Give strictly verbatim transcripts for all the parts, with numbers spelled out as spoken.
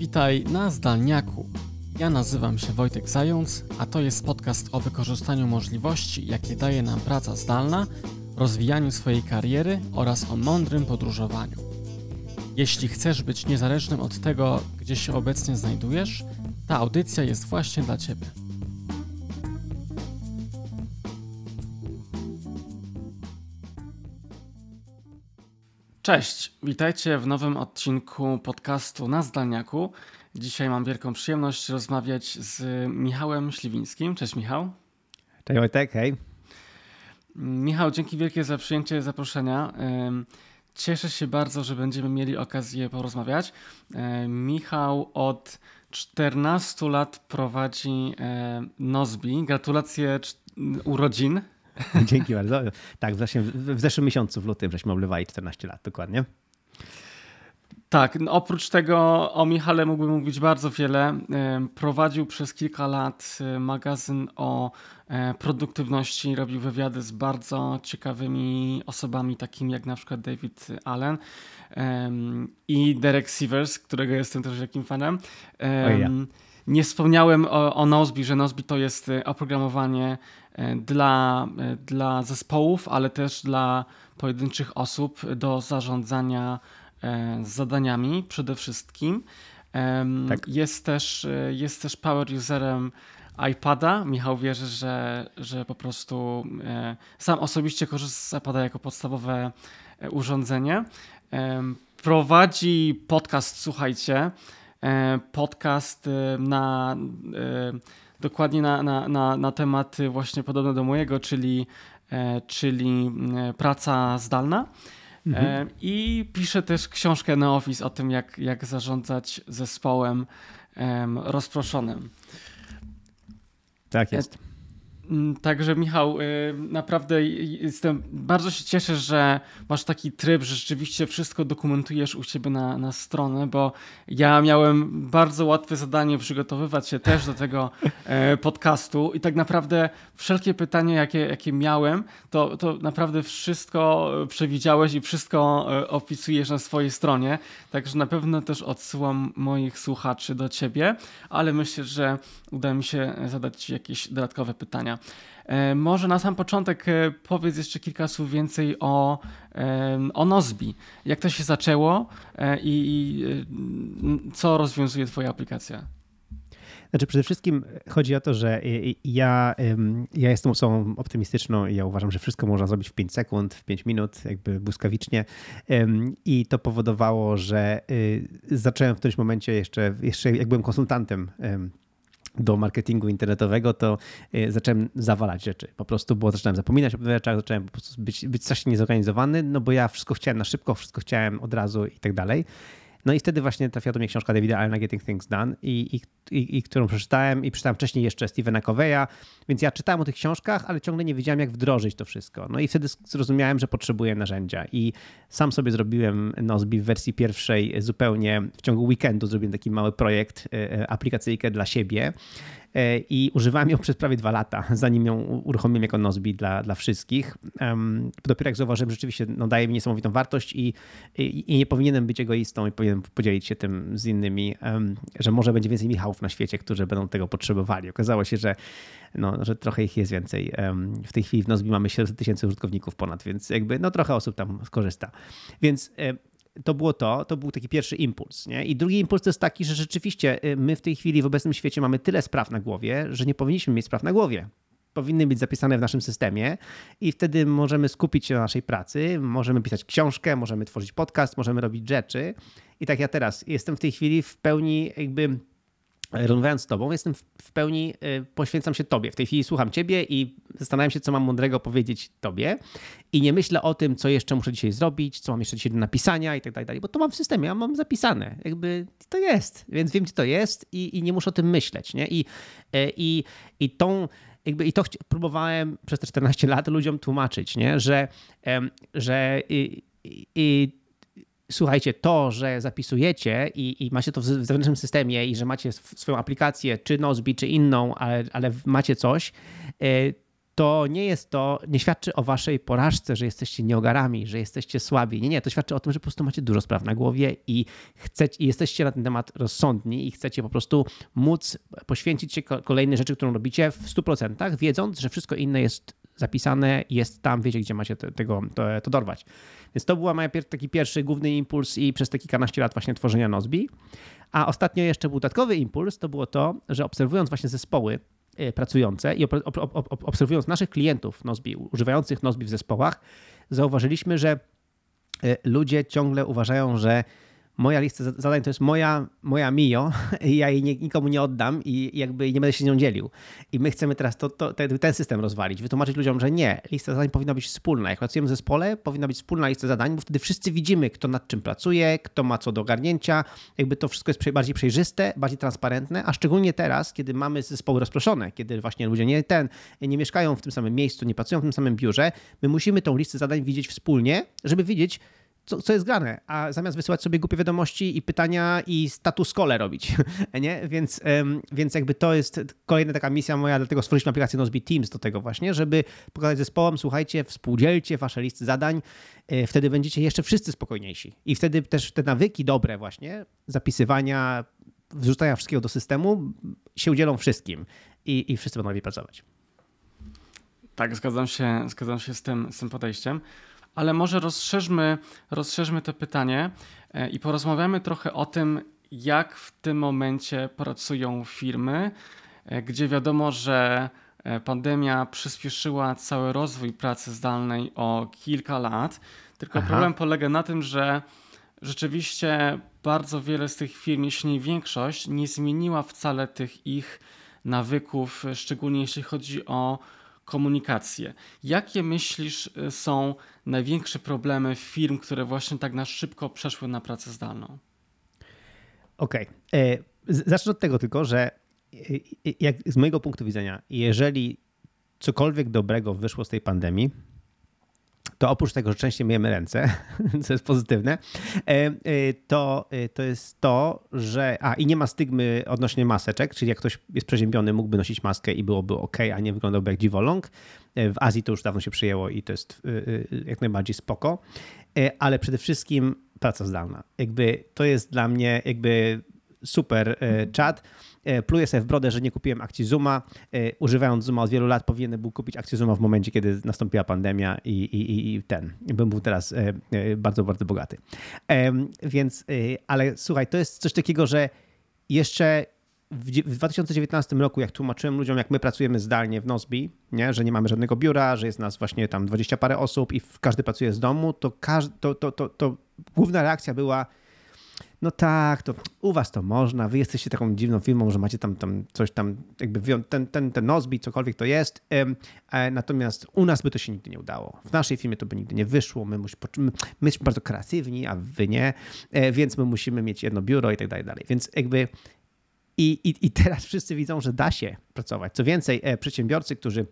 Witaj na Zdalniaku. Ja nazywam się Wojtek Zając, a to jest podcast o wykorzystaniu możliwości, jakie daje nam praca zdalna, rozwijaniu swojej kariery oraz o mądrym podróżowaniu. Jeśli chcesz być niezależnym od tego, gdzie się obecnie znajdujesz, ta audycja jest właśnie dla Ciebie. Cześć, witajcie w nowym odcinku podcastu na Zdalniaku. Dzisiaj mam wielką przyjemność rozmawiać z Michałem Śliwińskim. Cześć Michał. Cześć Wojtek, hej. Michał, dzięki wielkie za przyjęcie zaproszenia. Cieszę się bardzo, że będziemy mieli okazję porozmawiać. Michał od czternastu lat prowadzi Nozbi. Gratulacje urodzin. Dzięki bardzo. Tak, w, w zeszłym miesiącu, w lutym, żeśmy oblewali czternaście lat, dokładnie. Tak, no oprócz tego o Michale mógłbym mówić bardzo wiele. Prowadził przez kilka lat magazyn o produktywności, robił wywiady z bardzo ciekawymi osobami, takimi jak na przykład David Allen i Derek Sivers, którego jestem też wielkim fanem. Ja. Nie wspomniałem o, o Nozbi, że Nozbi to jest oprogramowanie dla, dla zespołów, ale też dla pojedynczych osób do zarządzania zadaniami przede wszystkim. Tak. Jest też, jest też power userem iPada. Michał wierzy, że, że po prostu sam osobiście korzysta z iPada jako podstawowe urządzenie. Prowadzi podcast, słuchajcie, podcast na dokładnie na, na, na, na tematy właśnie podobne do mojego, czyli, czyli praca zdalna. Mhm. I pisze też książkę na Office o tym, jak, jak zarządzać zespołem rozproszonym. Tak jest. Także Michał, naprawdę jestem, bardzo się cieszę, że masz taki tryb, że rzeczywiście wszystko dokumentujesz u siebie na, na stronę, bo ja miałem bardzo łatwe zadanie przygotowywać się też do tego podcastu i tak naprawdę wszelkie pytania, jakie, jakie miałem, to, to naprawdę wszystko przewidziałeś i wszystko opisujesz na swojej stronie, także na pewno też odsyłam moich słuchaczy do ciebie, ale myślę, że uda mi się zadać ci jakieś dodatkowe pytania. Może na sam początek powiedz jeszcze kilka słów więcej o, o Nozbi. Jak to się zaczęło i, i co rozwiązuje twoja aplikacja? Znaczy przede wszystkim chodzi o to, że ja, ja jestem osobą optymistyczną i ja uważam, że wszystko można zrobić w pięć sekund, w pięć minut, jakby błyskawicznie i to powodowało, że zacząłem w którymś momencie jeszcze, jeszcze jak byłem konsultantem do marketingu internetowego, to zacząłem zawalać rzeczy. Po prostu, bo zacząłem zapominać o pewnych rzeczach, zacząłem po prostu być, być strasznie niezorganizowany, no bo ja wszystko chciałem na szybko, wszystko chciałem od razu i tak dalej. No i wtedy właśnie trafiła do mnie książka Davida Allena Getting Things Done, i, i, i, i którą przeczytałem i przeczytałem wcześniej jeszcze Stephena Coveya, więc ja czytałem o tych książkach, ale ciągle nie wiedziałem, jak wdrożyć to wszystko. No i wtedy zrozumiałem, że potrzebuję narzędzia i sam sobie zrobiłem Nozbi w wersji pierwszej zupełnie w ciągu weekendu. Zrobiłem taki mały projekt, aplikacyjkę dla siebie i używałem ją przez prawie dwa lata, zanim ją uruchomiłem jako Nozbi dla, dla wszystkich. Um, dopiero jak zauważyłem, że rzeczywiście no, daje mi niesamowitą wartość i, i, i nie powinienem być egoistą i powinienem podzielić się tym z innymi, um, że może będzie więcej Michałów na świecie, którzy będą tego potrzebowali. Okazało się, że, no, że trochę ich jest więcej. Um, w tej chwili w Nozbi mamy siedemset tysięcy użytkowników ponad, więc jakby no, trochę osób tam skorzysta. Więc um, to było to, to był taki pierwszy impuls. Nie? I drugi impuls to jest taki, że rzeczywiście my w tej chwili w obecnym świecie mamy tyle spraw na głowie, że nie powinniśmy mieć spraw na głowie. Powinny być zapisane w naszym systemie i wtedy możemy skupić się na naszej pracy, możemy pisać książkę, możemy tworzyć podcast, możemy robić rzeczy. I tak ja teraz jestem w tej chwili w pełni jakby rozmawiając z tobą, jestem w pełni, poświęcam się tobie. W tej chwili słucham ciebie i zastanawiam się, co mam mądrego powiedzieć tobie i nie myślę o tym, co jeszcze muszę dzisiaj zrobić, co mam jeszcze dzisiaj do napisania i tak dalej, bo to mam w systemie, ja mam zapisane. Jakby to jest, więc wiem, gdzie to jest i, i nie muszę o tym myśleć. Nie? I, i, i tą Jakby i to chci- próbowałem przez te czternaście lat ludziom tłumaczyć, nie? Że, że i, i, słuchajcie, to, że zapisujecie i, i macie to w zewnętrznym systemie i że macie swoją aplikację, czy Nozbi, czy inną, ale, ale macie coś, to nie jest to, nie świadczy o waszej porażce, że jesteście nieogarami, że jesteście słabi. Nie, nie, to świadczy o tym, że po prostu macie dużo spraw na głowie i, chcecie, i jesteście na ten temat rozsądni i chcecie po prostu móc poświęcić się kolejnej rzeczy, którą robicie w stu procentach, wiedząc, że wszystko inne jest zapisane, jest tam, wiecie, gdzie macie te, tego, to, to dorwać. Więc to była moja pier- taki pierwszy główny impuls i przez te kilkanaście lat właśnie tworzenia Nozbi. A ostatnio jeszcze był dodatkowy impuls, to było to, że obserwując właśnie zespoły pracujące i ob- ob- ob- obserwując naszych klientów Nozbi, używających Nozbi w zespołach, zauważyliśmy, że ludzie ciągle uważają, że moja lista zadań to jest moja, moja Mio i ja jej nie, nikomu nie oddam i jakby nie będę się z nią dzielił. I my chcemy teraz to, to, ten, ten system rozwalić, wytłumaczyć ludziom, że nie, lista zadań powinna być wspólna. Jak pracujemy w zespole, powinna być wspólna lista zadań, bo wtedy wszyscy widzimy, kto nad czym pracuje, kto ma co do ogarnięcia. Jakby to wszystko jest bardziej przejrzyste, bardziej transparentne, a szczególnie teraz, kiedy mamy zespoły rozproszone, kiedy właśnie ludzie nie ten, nie mieszkają w tym samym miejscu, nie pracują w tym samym biurze, my musimy tą listę zadań widzieć wspólnie, żeby wiedzieć, Co, co jest grane, a zamiast wysyłać sobie głupie wiadomości i pytania i status call robić, nie? Więc, um, więc jakby to jest kolejna taka misja moja, dlatego stworzyliśmy aplikację Nozbi Teams do tego właśnie, żeby pokazać zespołom, słuchajcie, współdzielcie wasze listy zadań, yy, wtedy będziecie jeszcze wszyscy spokojniejsi i wtedy też te nawyki dobre właśnie, zapisywania, wrzucania wszystkiego do systemu się udzielą wszystkim i, i wszyscy będą lepiej pracować. Tak, zgadzam się, zgadzam się z tym, z tym podejściem. Ale może rozszerzmy, rozszerzmy to pytanie i porozmawiamy trochę o tym, jak w tym momencie pracują firmy, gdzie wiadomo, że pandemia przyspieszyła cały rozwój pracy zdalnej o kilka lat. Tylko Aha. problem polega na tym, że rzeczywiście bardzo wiele z tych firm, jeśli nie większość, nie zmieniła wcale tych ich nawyków, szczególnie jeśli chodzi o komunikację. Jakie myślisz są największe problemy firm, które właśnie tak na szybko przeszły na pracę zdalną? Okej. Okay. Zacznę od tego tylko, że jak z mojego punktu widzenia, jeżeli cokolwiek dobrego wyszło z tej pandemii, to oprócz tego, że częściej myjemy ręce, co jest pozytywne, to, to jest to, że... A, i nie ma stygmy odnośnie maseczek, czyli jak ktoś jest przeziębiony, mógłby nosić maskę i byłoby ok, a nie wyglądałby jak dziwoląg. W Azji to już dawno się przyjęło i to jest jak najbardziej spoko. Ale przede wszystkim praca zdalna. Jakby to jest dla mnie jakby super czat. Pluję sobie w brodę, że nie kupiłem akcji Zooma. Używając Zooma od wielu lat powinienem był kupić akcję Zooma w momencie, kiedy nastąpiła pandemia i, i, i ten. Bym był teraz bardzo, bardzo bogaty. Więc, ale słuchaj, to jest coś takiego, że jeszcze w dwa tysiące dziewiętnastym roku, jak tłumaczyłem ludziom, jak my pracujemy zdalnie w Nozbi, nie? Że nie mamy żadnego biura, że jest nas właśnie tam dwadzieścia parę osób i każdy pracuje z domu, to, każdy, to, to, to, to główna reakcja była: no tak, to u was to można, wy jesteście taką dziwną firmą, że macie tam, tam coś tam, jakby ten, ten, ten Nozbi, cokolwiek to jest, natomiast u nas by to się nigdy nie udało. W naszej firmie to by nigdy nie wyszło, my, musi, my, my jesteśmy bardzo kreatywni, a wy nie, więc my musimy mieć jedno biuro i tak dalej, dalej. Więc jakby i, i, i teraz wszyscy widzą, że da się pracować. Co więcej, przedsiębiorcy, którzy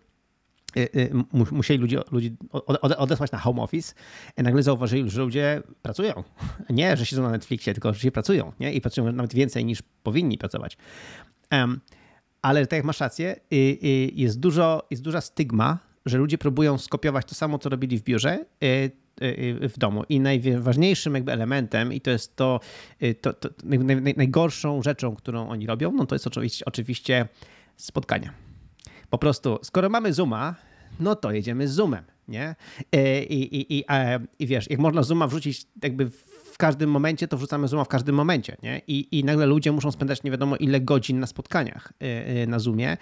musieli ludzi, ludzi odesłać na home office, nagle zauważyli, że ludzie pracują. Nie, że siedzą na Netflixie, tylko że się pracują, nie? I pracują nawet więcej niż powinni pracować. Um, ale tak jak masz rację, jest, dużo, jest duża stygma, że ludzie próbują skopiować to samo, co robili w biurze, w domu. I najważniejszym jakby elementem, i to jest to, to, to naj, naj, najgorszą rzeczą, którą oni robią, no to jest oczywiście, oczywiście spotkania. Po prostu, skoro mamy Zooma, no to jedziemy z Zoomem, nie? I, i, i, i wiesz, jak można Zooma wrzucić jakby w każdym momencie, to wrzucamy Zooma w każdym momencie, nie? I, i nagle ludzie muszą spędzać nie wiadomo ile godzin na spotkaniach na Zoomie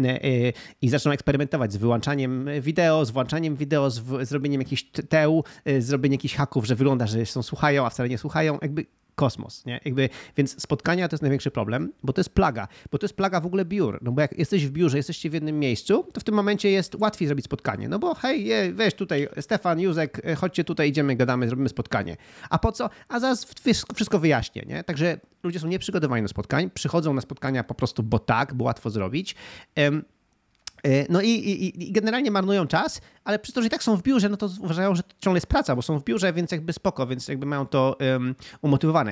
i zaczną eksperymentować z wyłączaniem wideo, z włączaniem wideo, z w, zrobieniem jakichś teł, zrobieniem jakichś haków, że wygląda, że są słuchają, a wcale nie słuchają, jakby kosmos, nie? Jakby, więc spotkania to jest największy problem, bo to jest plaga, bo to jest plaga w ogóle biur, no bo jak jesteś w biurze, jesteście w jednym miejscu, to w tym momencie jest łatwiej zrobić spotkanie, no bo hej, je, weź tutaj Stefan, Józek, chodźcie tutaj, idziemy, gadamy, zrobimy spotkanie. A po co? A zaraz wszystko wyjaśnię, nie? Także ludzie są nieprzygotowani do spotkań, przychodzą na spotkania po prostu, bo tak, bo łatwo zrobić. Um, No i, i, i generalnie marnują czas, ale przez to, że i tak są w biurze, no to uważają, że to ciągle jest praca, bo są w biurze, więc jakby spoko, więc jakby mają to um, umotywowane.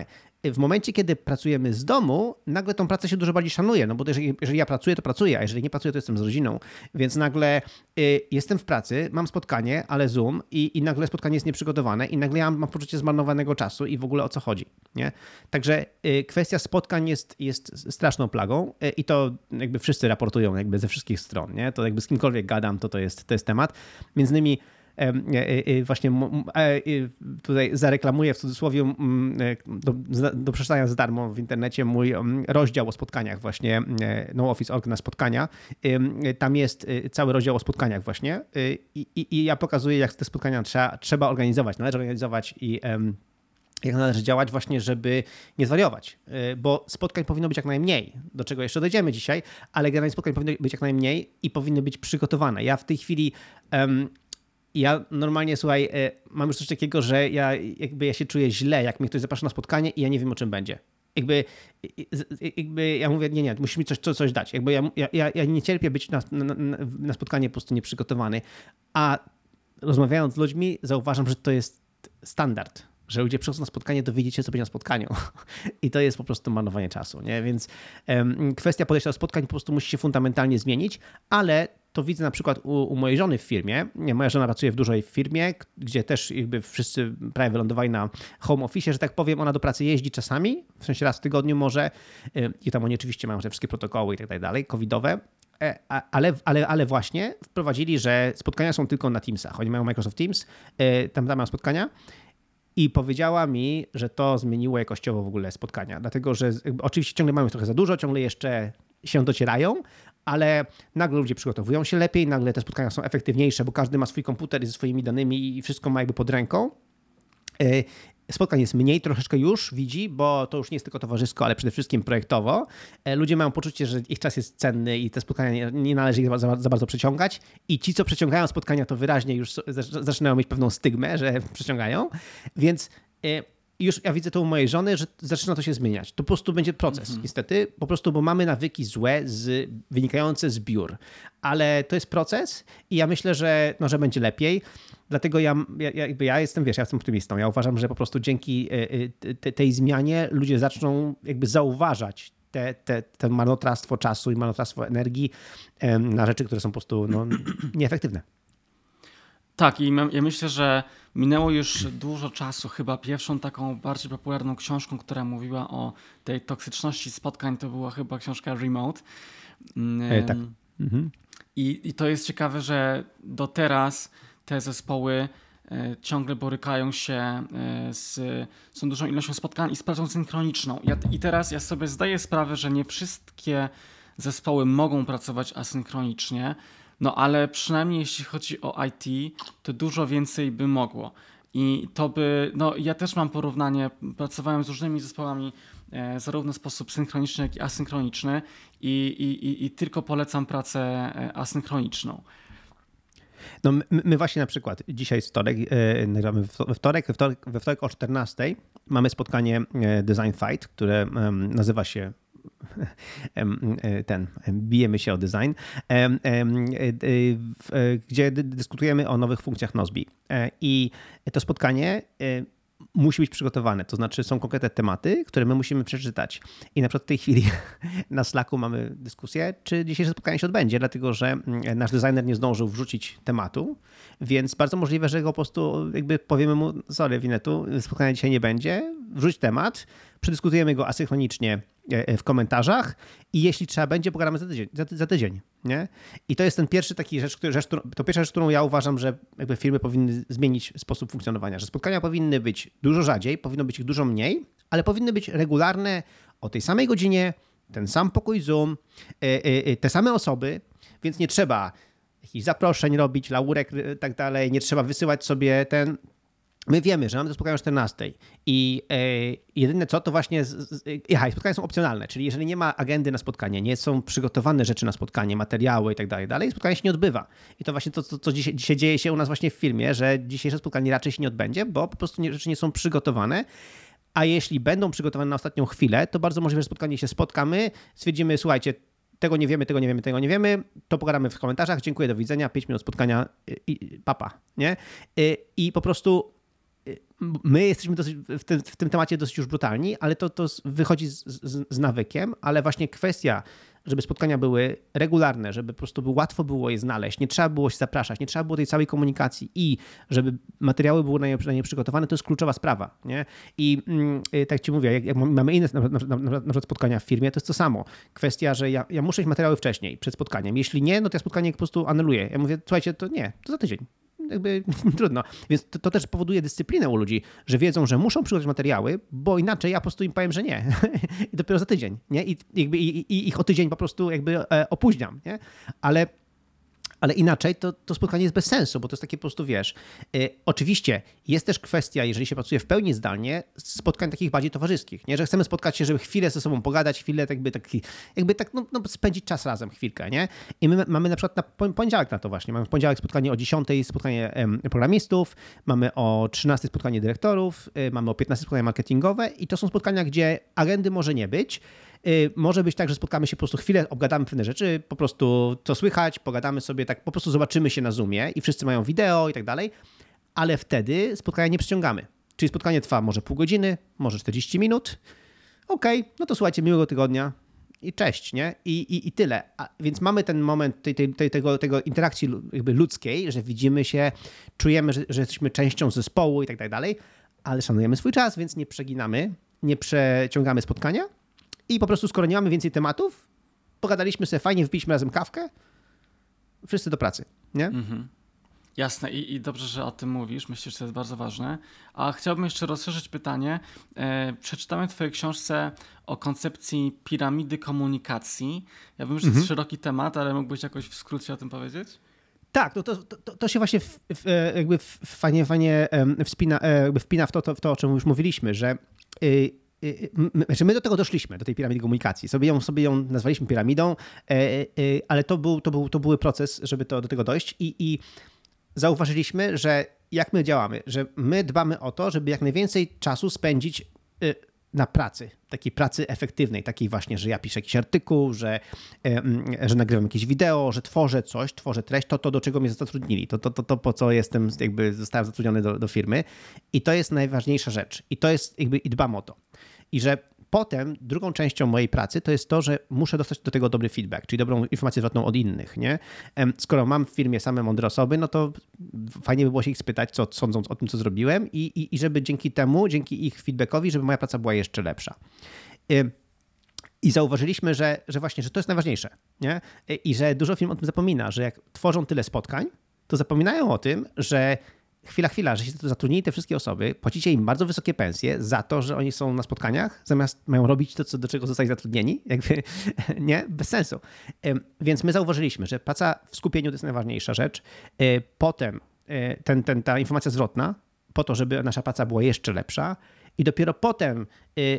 w momencie, kiedy pracujemy z domu, nagle tą pracę się dużo bardziej szanuje, no bo jeżeli, jeżeli ja pracuję, to pracuję, a jeżeli nie pracuję, to jestem z rodziną. Więc nagle y, jestem w pracy, mam spotkanie, ale Zoom i, i nagle spotkanie jest nieprzygotowane i nagle ja mam poczucie zmarnowanego czasu i w ogóle o co chodzi, nie? Także y, kwestia spotkań jest, jest straszną plagą y, i to jakby wszyscy raportują jakby ze wszystkich stron, nie? To jakby z kimkolwiek gadam, to to jest, to jest temat. Między innymi właśnie tutaj zareklamuję w cudzysłowie do, do przeczytania za darmo w internecie mój rozdział o spotkaniach właśnie, No Office kropka org na spotkania. Tam jest cały rozdział o spotkaniach właśnie i, i, i ja pokazuję, jak te spotkania trzeba, trzeba organizować, należy organizować i jak należy działać właśnie, żeby nie zwariować, bo spotkań powinno być jak najmniej, do czego jeszcze dojdziemy dzisiaj, ale generalnie spotkań powinno być jak najmniej i powinny być przygotowane. Ja w tej chwili um, Ja normalnie, słuchaj, mam już coś takiego, że ja jakby ja się czuję źle, jak mnie ktoś zaprasza na spotkanie i ja nie wiem, o czym będzie. Jakby, jakby ja mówię, nie, nie, musisz mi coś, coś, coś dać. Jakby ja, ja, ja nie cierpię być na, na, na spotkanie po prostu nieprzygotowany, a rozmawiając z ludźmi zauważam, że to jest standard, że ludzie przychodzą na spotkanie, dowiedzieć się, co będzie na spotkaniu. I to jest po prostu marnowanie czasu, nie? Więc um, kwestia podejścia do spotkań po prostu musi się fundamentalnie zmienić, ale to widzę na przykład u, u mojej żony w firmie. Moja żona pracuje w dużej firmie, gdzie też jakby wszyscy prawie wylądowali na home office, że tak powiem. Ona do pracy jeździ czasami, w sensie raz w tygodniu może i tam oni oczywiście mają te wszystkie protokoły i tak dalej, covidowe, ale, ale, ale właśnie wprowadzili, że spotkania są tylko na Teamsach. Oni mają Microsoft Teams, tam, tam mają spotkania. I powiedziała mi, że to zmieniło jakościowo w ogóle spotkania, dlatego że oczywiście ciągle mamy trochę za dużo, ciągle jeszcze się docierają, ale nagle ludzie przygotowują się lepiej, nagle te spotkania są efektywniejsze, bo każdy ma swój komputer ze swoimi danymi i wszystko ma jakby pod ręką. Spotkań jest mniej, troszeczkę już widzi, bo to już nie jest tylko towarzysko, ale przede wszystkim projektowo. Ludzie mają poczucie, że ich czas jest cenny i te spotkania nie, nie należy ich za, za bardzo przeciągać. I ci, co przeciągają spotkania, to wyraźnie już zaczynają mieć pewną stygmę, że przeciągają. Więc już ja widzę to u mojej żony, że zaczyna to się zmieniać. To po prostu będzie proces, mhm. niestety, po prostu, bo mamy nawyki złe z, wynikające z biur. Ale to jest proces i ja myślę, że, no, że będzie lepiej. Dlatego ja, ja, jakby ja jestem, wiesz, ja jestem optymistą. Ja uważam, że po prostu dzięki te, tej zmianie ludzie zaczną jakby zauważać te, te, te marnotrawstwo czasu i marnotrawstwo energii na rzeczy, które są po prostu no, nieefektywne. Tak, i ja myślę, że minęło już dużo czasu. Chyba pierwszą taką bardziej popularną książką, która mówiła o tej toksyczności spotkań, to była chyba książka Remote. E, tak. Mhm. I, I to jest ciekawe, że do teraz te zespoły ciągle borykają się z, z tą dużą ilością spotkań i z pracą synchroniczną. Ja, I teraz ja sobie zdaję sprawę, że nie wszystkie zespoły mogą pracować asynchronicznie, no ale przynajmniej jeśli chodzi o I T, to dużo więcej by mogło. I to by, no ja też mam porównanie, pracowałem z różnymi zespołami e, zarówno w sposób synchroniczny, jak i asynchroniczny i, i, i, i tylko polecam pracę asynchroniczną. No my, my właśnie na przykład dzisiaj jest wtorek, e, nagramy we wtorek, we wtorek, we wtorek o czternastej mamy spotkanie Design Fight, które e, nazywa się ten, bijemy się o design, gdzie dyskutujemy o nowych funkcjach Nozbi. I to spotkanie musi być przygotowane, to znaczy są konkretne tematy, które my musimy przeczytać. I na przykład w tej chwili na Slacku mamy dyskusję, czy dzisiejsze spotkanie się odbędzie, dlatego że nasz designer nie zdążył wrzucić tematu, więc bardzo możliwe, że go po prostu jakby powiemy mu, sorry Winetu, spotkania dzisiaj nie będzie, wrzuć temat, przedyskutujemy go asynchronicznie w komentarzach i jeśli trzeba będzie, pogadamy za tydzień. Za, za tydzień, nie? I to jest ten pierwszy taki rzecz, który, rzecz, to pierwsza rzecz, którą ja uważam, że jakby firmy powinny zmienić sposób funkcjonowania, że spotkania powinny być dużo rzadziej, powinno być ich dużo mniej, ale powinny być regularne o tej samej godzinie, ten sam pokój Zoom, te same osoby, więc nie trzeba jakichś zaproszeń robić, laurek i tak dalej, nie trzeba wysyłać sobie ten... My wiemy, że mamy to spotkanie o czternastej i e, jedyne co, to właśnie... Z, z, aha, spotkania są opcjonalne, czyli jeżeli nie ma agendy na spotkanie, nie są przygotowane rzeczy na spotkanie, materiały i tak dalej, dalej, spotkanie się nie odbywa. I to właśnie to, co, co dzisiaj, dzisiaj dzieje się u nas właśnie w firmie, że dzisiejsze spotkanie raczej się nie odbędzie, bo po prostu nie, rzeczy nie są przygotowane. A jeśli będą przygotowane na ostatnią chwilę, to bardzo możliwe, że spotkanie się spotkamy, stwierdzimy, słuchajcie, tego nie wiemy, tego nie wiemy, tego nie wiemy, to pogadamy w komentarzach, dziękuję, do widzenia, pięć minut spotkania i papa, nie? I po prostu my jesteśmy dosyć, w, tym, w tym temacie dosyć już brutalni, ale to, to wychodzi z, z, z nawykiem, ale właśnie kwestia, żeby spotkania były regularne, żeby po prostu łatwo było je znaleźć, nie trzeba było się zapraszać, nie trzeba było tej całej komunikacji i żeby materiały były na nie, na nie przygotowane, to jest kluczowa sprawa. Nie? I yy, tak ci mówię, jak, jak mamy inne na, na, na, na przykład spotkania w firmie, to jest to samo. Kwestia, że ja, ja muszę mieć materiały wcześniej, przed spotkaniem. Jeśli nie, no to ja spotkanie po prostu anuluję. Ja mówię, słuchajcie, to nie, to za tydzień. Jakby trudno. Więc to, to też powoduje dyscyplinę u ludzi, że wiedzą, że muszą przygotować materiały, bo inaczej ja po prostu im powiem, że nie. I dopiero za tydzień. Nie? I, jakby, i, i ich o tydzień po prostu jakby e, opóźniam. Nie? Ale Ale inaczej to, to spotkanie jest bez sensu, bo to jest takie po prostu, wiesz, yy, oczywiście jest też kwestia, jeżeli się pracuje w pełni zdalnie, spotkań takich bardziej towarzyskich, nie? Że chcemy spotkać się, żeby chwilę ze sobą pogadać, chwilę jakby, taki, jakby tak no, no, spędzić czas razem, chwilkę, nie? I my mamy na przykład na poniedziałek na to właśnie, mamy w poniedziałek spotkanie o dziesiątej spotkanie em, programistów, mamy o trzynastej spotkanie dyrektorów, yy, mamy o piętnastej spotkanie marketingowe i to są spotkania, gdzie agendy może nie być. Może być tak, że spotkamy się po prostu chwilę, obgadamy pewne rzeczy, po prostu co słychać, pogadamy sobie tak, po prostu zobaczymy się na Zoomie i wszyscy mają wideo i tak dalej, ale wtedy spotkania nie przyciągamy. Czyli spotkanie trwa może pół godziny, może czterdzieści minut. Okej, okay, no to słuchajcie, miłego tygodnia i cześć, nie? I, i, i tyle. A więc mamy ten moment tej, tej, tej, tego, tego interakcji jakby ludzkiej, że widzimy się, czujemy, że, że jesteśmy częścią zespołu i tak dalej, ale szanujemy swój czas, więc nie przeginamy, nie przeciągamy spotkania. I po prostu, skoro nie mamy więcej tematów, pogadaliśmy sobie fajnie, wypiliśmy razem kawkę, wszyscy do pracy, nie? Mhm. Jasne I, i dobrze, że o tym mówisz. Myślę, że to jest bardzo ważne. A chciałbym jeszcze rozszerzyć pytanie. E, przeczytałem w twojej książce o koncepcji piramidy komunikacji. Ja wiem, że to jest mhm. szeroki temat, ale mógłbyś jakoś w skrócie o tym powiedzieć? Tak, no to, to, to się właśnie w, w, jakby w, fajnie, fajnie wspina, jakby wpina w to, to, w to, o czym już mówiliśmy, że yy, My, że my do tego doszliśmy, do tej piramidy komunikacji. Sobie ją, sobie ją nazwaliśmy piramidą, ale to był, to był, to był proces, żeby to, do tego dojść i, i zauważyliśmy, że jak my działamy, że my dbamy o to, żeby jak najwięcej czasu spędzić na pracy, takiej pracy efektywnej, takiej właśnie, że ja piszę jakiś artykuł, że, że nagrywam jakieś wideo, że tworzę coś, tworzę treść, to to, do czego mnie zatrudnili, to, to, to, to po co jestem, jakby zostałem zatrudniony do, do firmy i to jest najważniejsza rzecz i to jest jakby, i dbam o to. I że potem drugą częścią mojej pracy to jest to, że muszę dostać do tego dobry feedback, czyli dobrą informację zwrotną od innych, nie? Skoro mam w firmie same mądre osoby, no to fajnie by było się ich spytać, co sądzą o tym, co zrobiłem i, i, i żeby dzięki temu, dzięki ich feedbackowi, żeby moja praca była jeszcze lepsza. I zauważyliśmy, że, że właśnie, że to jest najważniejsze, nie? I że dużo firm o tym zapomina, że jak tworzą tyle spotkań, to zapominają o tym, że chwila, chwila, że się zatrudnili te wszystkie osoby, płacicie im bardzo wysokie pensje za to, że oni są na spotkaniach, zamiast mają robić to, co, do czego zostali zatrudnieni. Jakby, nie? Bez sensu. Więc my zauważyliśmy, że praca w skupieniu to jest najważniejsza rzecz. Potem ten, ten, ta informacja zwrotna, po to, żeby nasza praca była jeszcze lepsza. I dopiero potem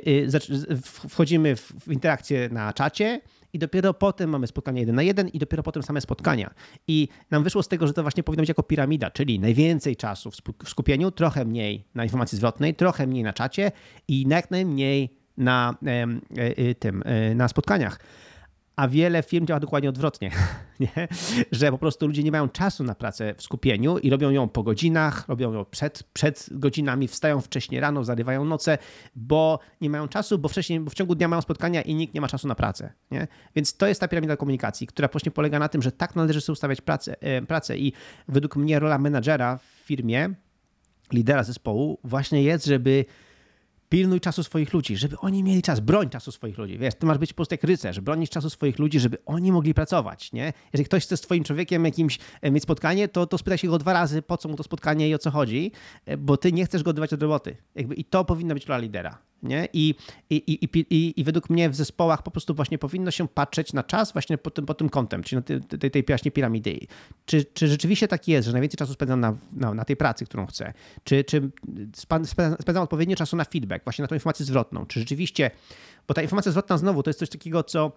wchodzimy w interakcję na czacie i dopiero potem mamy spotkanie jeden na jeden i dopiero potem same spotkania. I nam wyszło z tego, że to właśnie powinno być jako piramida, czyli najwięcej czasu w skupieniu, trochę mniej na informacji zwrotnej, trochę mniej na czacie i jak najmniej na tym, na spotkaniach. A wiele firm działa dokładnie odwrotnie, nie? Że po prostu ludzie nie mają czasu na pracę w skupieniu i robią ją po godzinach, robią ją przed, przed godzinami, wstają wcześnie rano, zarywają noce, bo nie mają czasu, bo wcześniej, bo w ciągu dnia mają spotkania i nikt nie ma czasu na pracę. Nie? Więc to jest ta piramida komunikacji, która właśnie polega na tym, że tak należy sobie ustawiać pracę, pracę i według mnie rola menadżera w firmie, lidera zespołu właśnie jest, żeby pilnuj czasu swoich ludzi, żeby oni mieli czas, broń czasu swoich ludzi. Wiesz, ty masz być po prostu jak rycerz, bronić czasu swoich ludzi, żeby oni mogli pracować, nie? Jeżeli ktoś chce z twoim człowiekiem jakimś mieć spotkanie, to, to spytaj się go dwa razy, po co mu to spotkanie i o co chodzi, bo ty nie chcesz go odrywać od roboty. Jakby i to powinna być rola lidera, nie? I, i, i, i, i według mnie w zespołach po prostu właśnie powinno się patrzeć na czas właśnie pod tym, pod tym kątem, czyli na tej, tej, tej właśnie piramidy. Czy, czy rzeczywiście tak jest, że najwięcej czasu spędzam na, na, na tej pracy, którą chcę? Czy, czy spędzam odpowiednio czasu na feedback, właśnie na tą informację zwrotną? Czy rzeczywiście, bo ta informacja zwrotna znowu to jest coś takiego, co,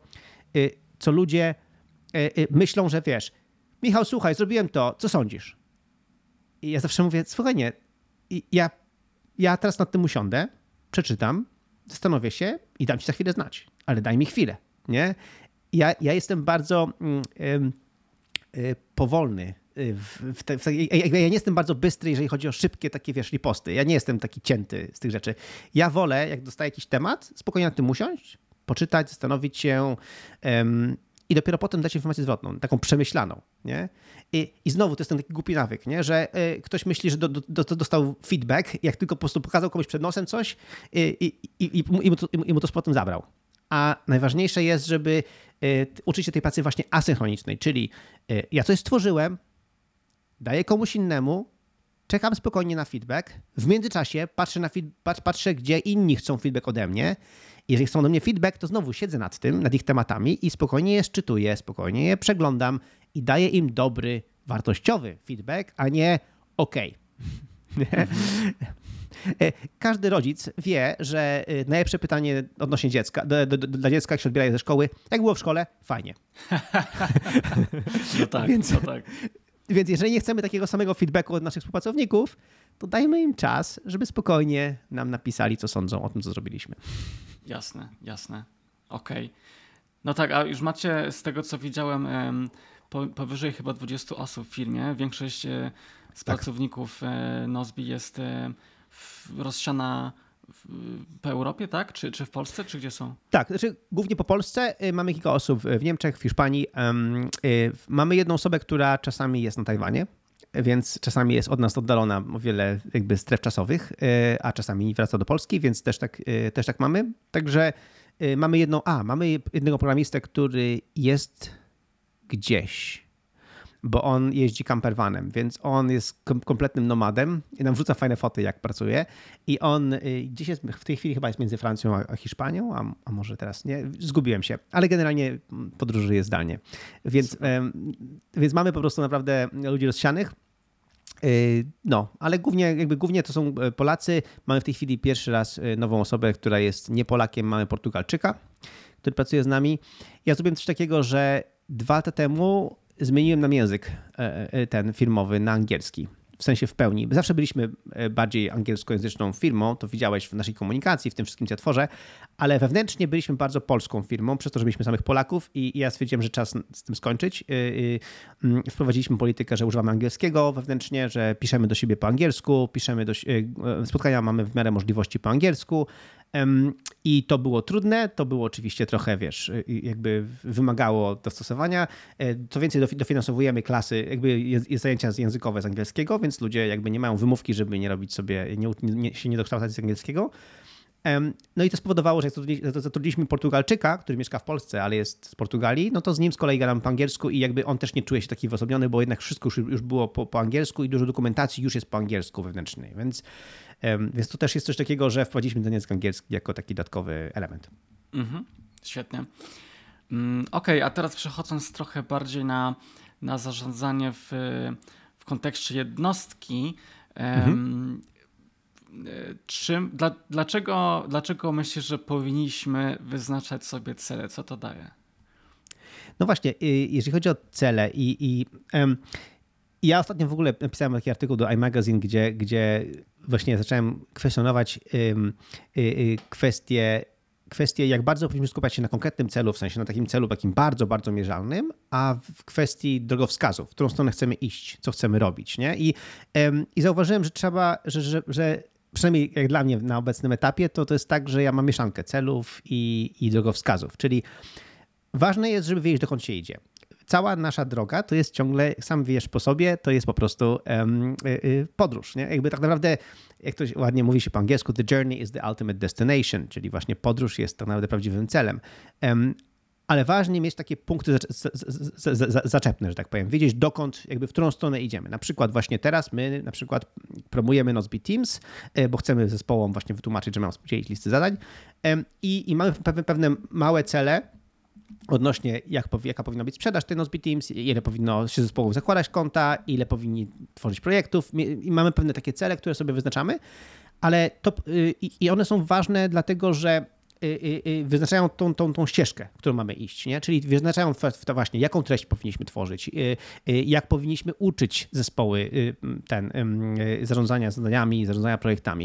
co ludzie myślą, że wiesz, Michał, słuchaj, zrobiłem to, co sądzisz? I ja zawsze mówię, słuchaj, nie, ja, ja teraz nad tym usiądę, przeczytam, zastanowię się i dam ci za chwilę znać, ale daj mi chwilę, nie? Ja, ja jestem bardzo y, y, powolny w, w te, w te, ja, ja nie jestem bardzo bystry, jeżeli chodzi o szybkie takie, wiesz, riposty. Ja nie jestem taki cięty z tych rzeczy. Ja wolę, jak dostaję jakiś temat, spokojnie nad tym usiąść, poczytać, zastanowić się um, i dopiero potem dać informację zwrotną, taką przemyślaną. Nie? I, I znowu to jest ten taki głupi nawyk, nie? Że y, ktoś myśli, że do, do, do, dostał feedback, jak tylko po prostu pokazał komuś przed nosem coś i, i, i, i, mu, to, i mu to z potem zabrał. A najważniejsze jest, żeby y, uczyć się tej pracy właśnie asynchronicznej, czyli y, ja coś stworzyłem, daję komuś innemu, czekam spokojnie na feedback, w międzyczasie patrzę, na feed, patrzę, patrzę gdzie inni chcą feedback ode mnie. Jeżeli chcą ode mnie feedback, to znowu siedzę nad tym, nad ich tematami i spokojnie je szczytuję, spokojnie je przeglądam i daję im dobry, wartościowy feedback, a nie okej. Okay. Każdy rodzic wie, że najlepsze pytanie odnośnie dziecka, do, do, do, dla dziecka, jak się odbiera je ze szkoły, jak było w szkole? Fajnie. No tak, więc, no tak. Więc jeżeli nie chcemy takiego samego feedbacku od naszych współpracowników, to dajmy im czas, żeby spokojnie nam napisali, co sądzą o tym, co zrobiliśmy. Jasne, jasne. Okej. Okay. No tak, a już macie z tego, co widziałem, powyżej chyba dwudziestu osób w firmie. Większość z tak. pracowników Nozbe jest rozsiana po Europie, tak? Czy, czy w Polsce, czy gdzie są? Tak, znaczy głównie po Polsce. Mamy kilka osób w Niemczech, w Hiszpanii. Mamy jedną osobę, która czasami jest na Tajwanie, więc czasami jest od nas oddalona o wiele jakby stref czasowych, a czasami wraca do Polski, więc też tak, też tak mamy. Także mamy jedną, a mamy jednego programistę, który jest gdzieś, bo on jeździ campervanem, więc on jest kom- kompletnym nomadem i nam wrzuca fajne foty, jak pracuje. I on gdzieś jest, w tej chwili chyba jest między Francją a, a Hiszpanią, a, a może teraz nie, zgubiłem się, ale generalnie podróżuje zdalnie. Więc, um, więc mamy po prostu naprawdę ludzi rozsianych. No, ale głównie, jakby głównie to są Polacy. Mamy w tej chwili pierwszy raz nową osobę, która jest nie Polakiem, mamy Portugalczyka, który pracuje z nami. Ja zrobiłem coś takiego, że dwa lata temu zmieniłem nam język ten firmowy na angielski. W sensie w pełni. Zawsze byliśmy bardziej angielskojęzyczną firmą, to widziałeś w naszej komunikacji, w tym wszystkim, co ja tworzę, ale wewnętrznie byliśmy bardzo polską firmą, przez to, że mieliśmy samych Polaków i ja stwierdziłem, że czas z tym skończyć. Wprowadziliśmy politykę, że używamy angielskiego wewnętrznie, że piszemy do siebie po angielsku, piszemy do, spotkania mamy w miarę możliwości po angielsku. I to było trudne, to było oczywiście trochę, wiesz, jakby wymagało dostosowania. Co więcej, dofinansowujemy klasy, jakby jest, jest zajęcia językowe z angielskiego, więc ludzie jakby nie mają wymówki, żeby nie robić sobie, nie, nie, się nie dokształcać z angielskiego. No i to spowodowało, że jak zatrudniliśmy Portugalczyka, który mieszka w Polsce, ale jest z Portugalii, no to z nim z kolei gadam po angielsku i jakby on też nie czuje się taki wyosobniony, bo jednak wszystko już, już było po, po angielsku i dużo dokumentacji już jest po angielsku wewnętrznej, więc, więc to też jest coś takiego, że wprowadziliśmy ten język angielski jako taki dodatkowy element. Mhm, świetnie. Mm, Okej, okay, a teraz przechodząc trochę bardziej na, na zarządzanie w, w kontekście jednostki, mhm. um, Czym, dla, dlaczego, dlaczego myślisz, że powinniśmy wyznaczać sobie cele? Co to daje? No właśnie, jeżeli chodzi o cele i, i um, ja ostatnio w ogóle napisałem taki artykuł do iMagazine, gdzie, gdzie właśnie zacząłem kwestionować um, y, y, kwestie, kwestie, jak bardzo powinniśmy skupiać się na konkretnym celu, w sensie na takim celu takim bardzo, bardzo mierzalnym, a w kwestii drogowskazów, w którą stronę chcemy iść, co chcemy robić. Nie? I, um, i zauważyłem, że trzeba, że, że, że przynajmniej jak dla mnie na obecnym etapie, to to jest tak, że ja mam mieszankę celów i, i drogowskazów, czyli ważne jest, żeby wiedzieć, dokąd się idzie. Cała nasza droga to jest ciągle, sam wiesz po sobie, to jest po prostu um, y, y, podróż. Nie? Jakby tak naprawdę, jak to ładnie mówi się po angielsku, the journey is the ultimate destination, czyli właśnie podróż jest tak naprawdę prawdziwym celem. Um, ale ważnie mieć takie punkty zaczepne, że tak powiem, wiedzieć dokąd, jakby w którą stronę idziemy. Na przykład właśnie teraz my na przykład promujemy Nozbe Teams, bo chcemy zespołom właśnie wytłumaczyć, że mają dzielić listy zadań i, i mamy pewne, pewne małe cele odnośnie jak, jaka powinna być sprzedaż tej Nozbe Teams, ile powinno się zespołów zakładać konta, ile powinni tworzyć projektów i mamy pewne takie cele, które sobie wyznaczamy, ale to, i one są ważne dlatego, że wyznaczają tą, tą, tą ścieżkę, którą mamy iść, nie? Czyli wyznaczają w to właśnie, jaką treść powinniśmy tworzyć, jak powinniśmy uczyć zespoły ten, zarządzania zadaniami, zarządzania projektami.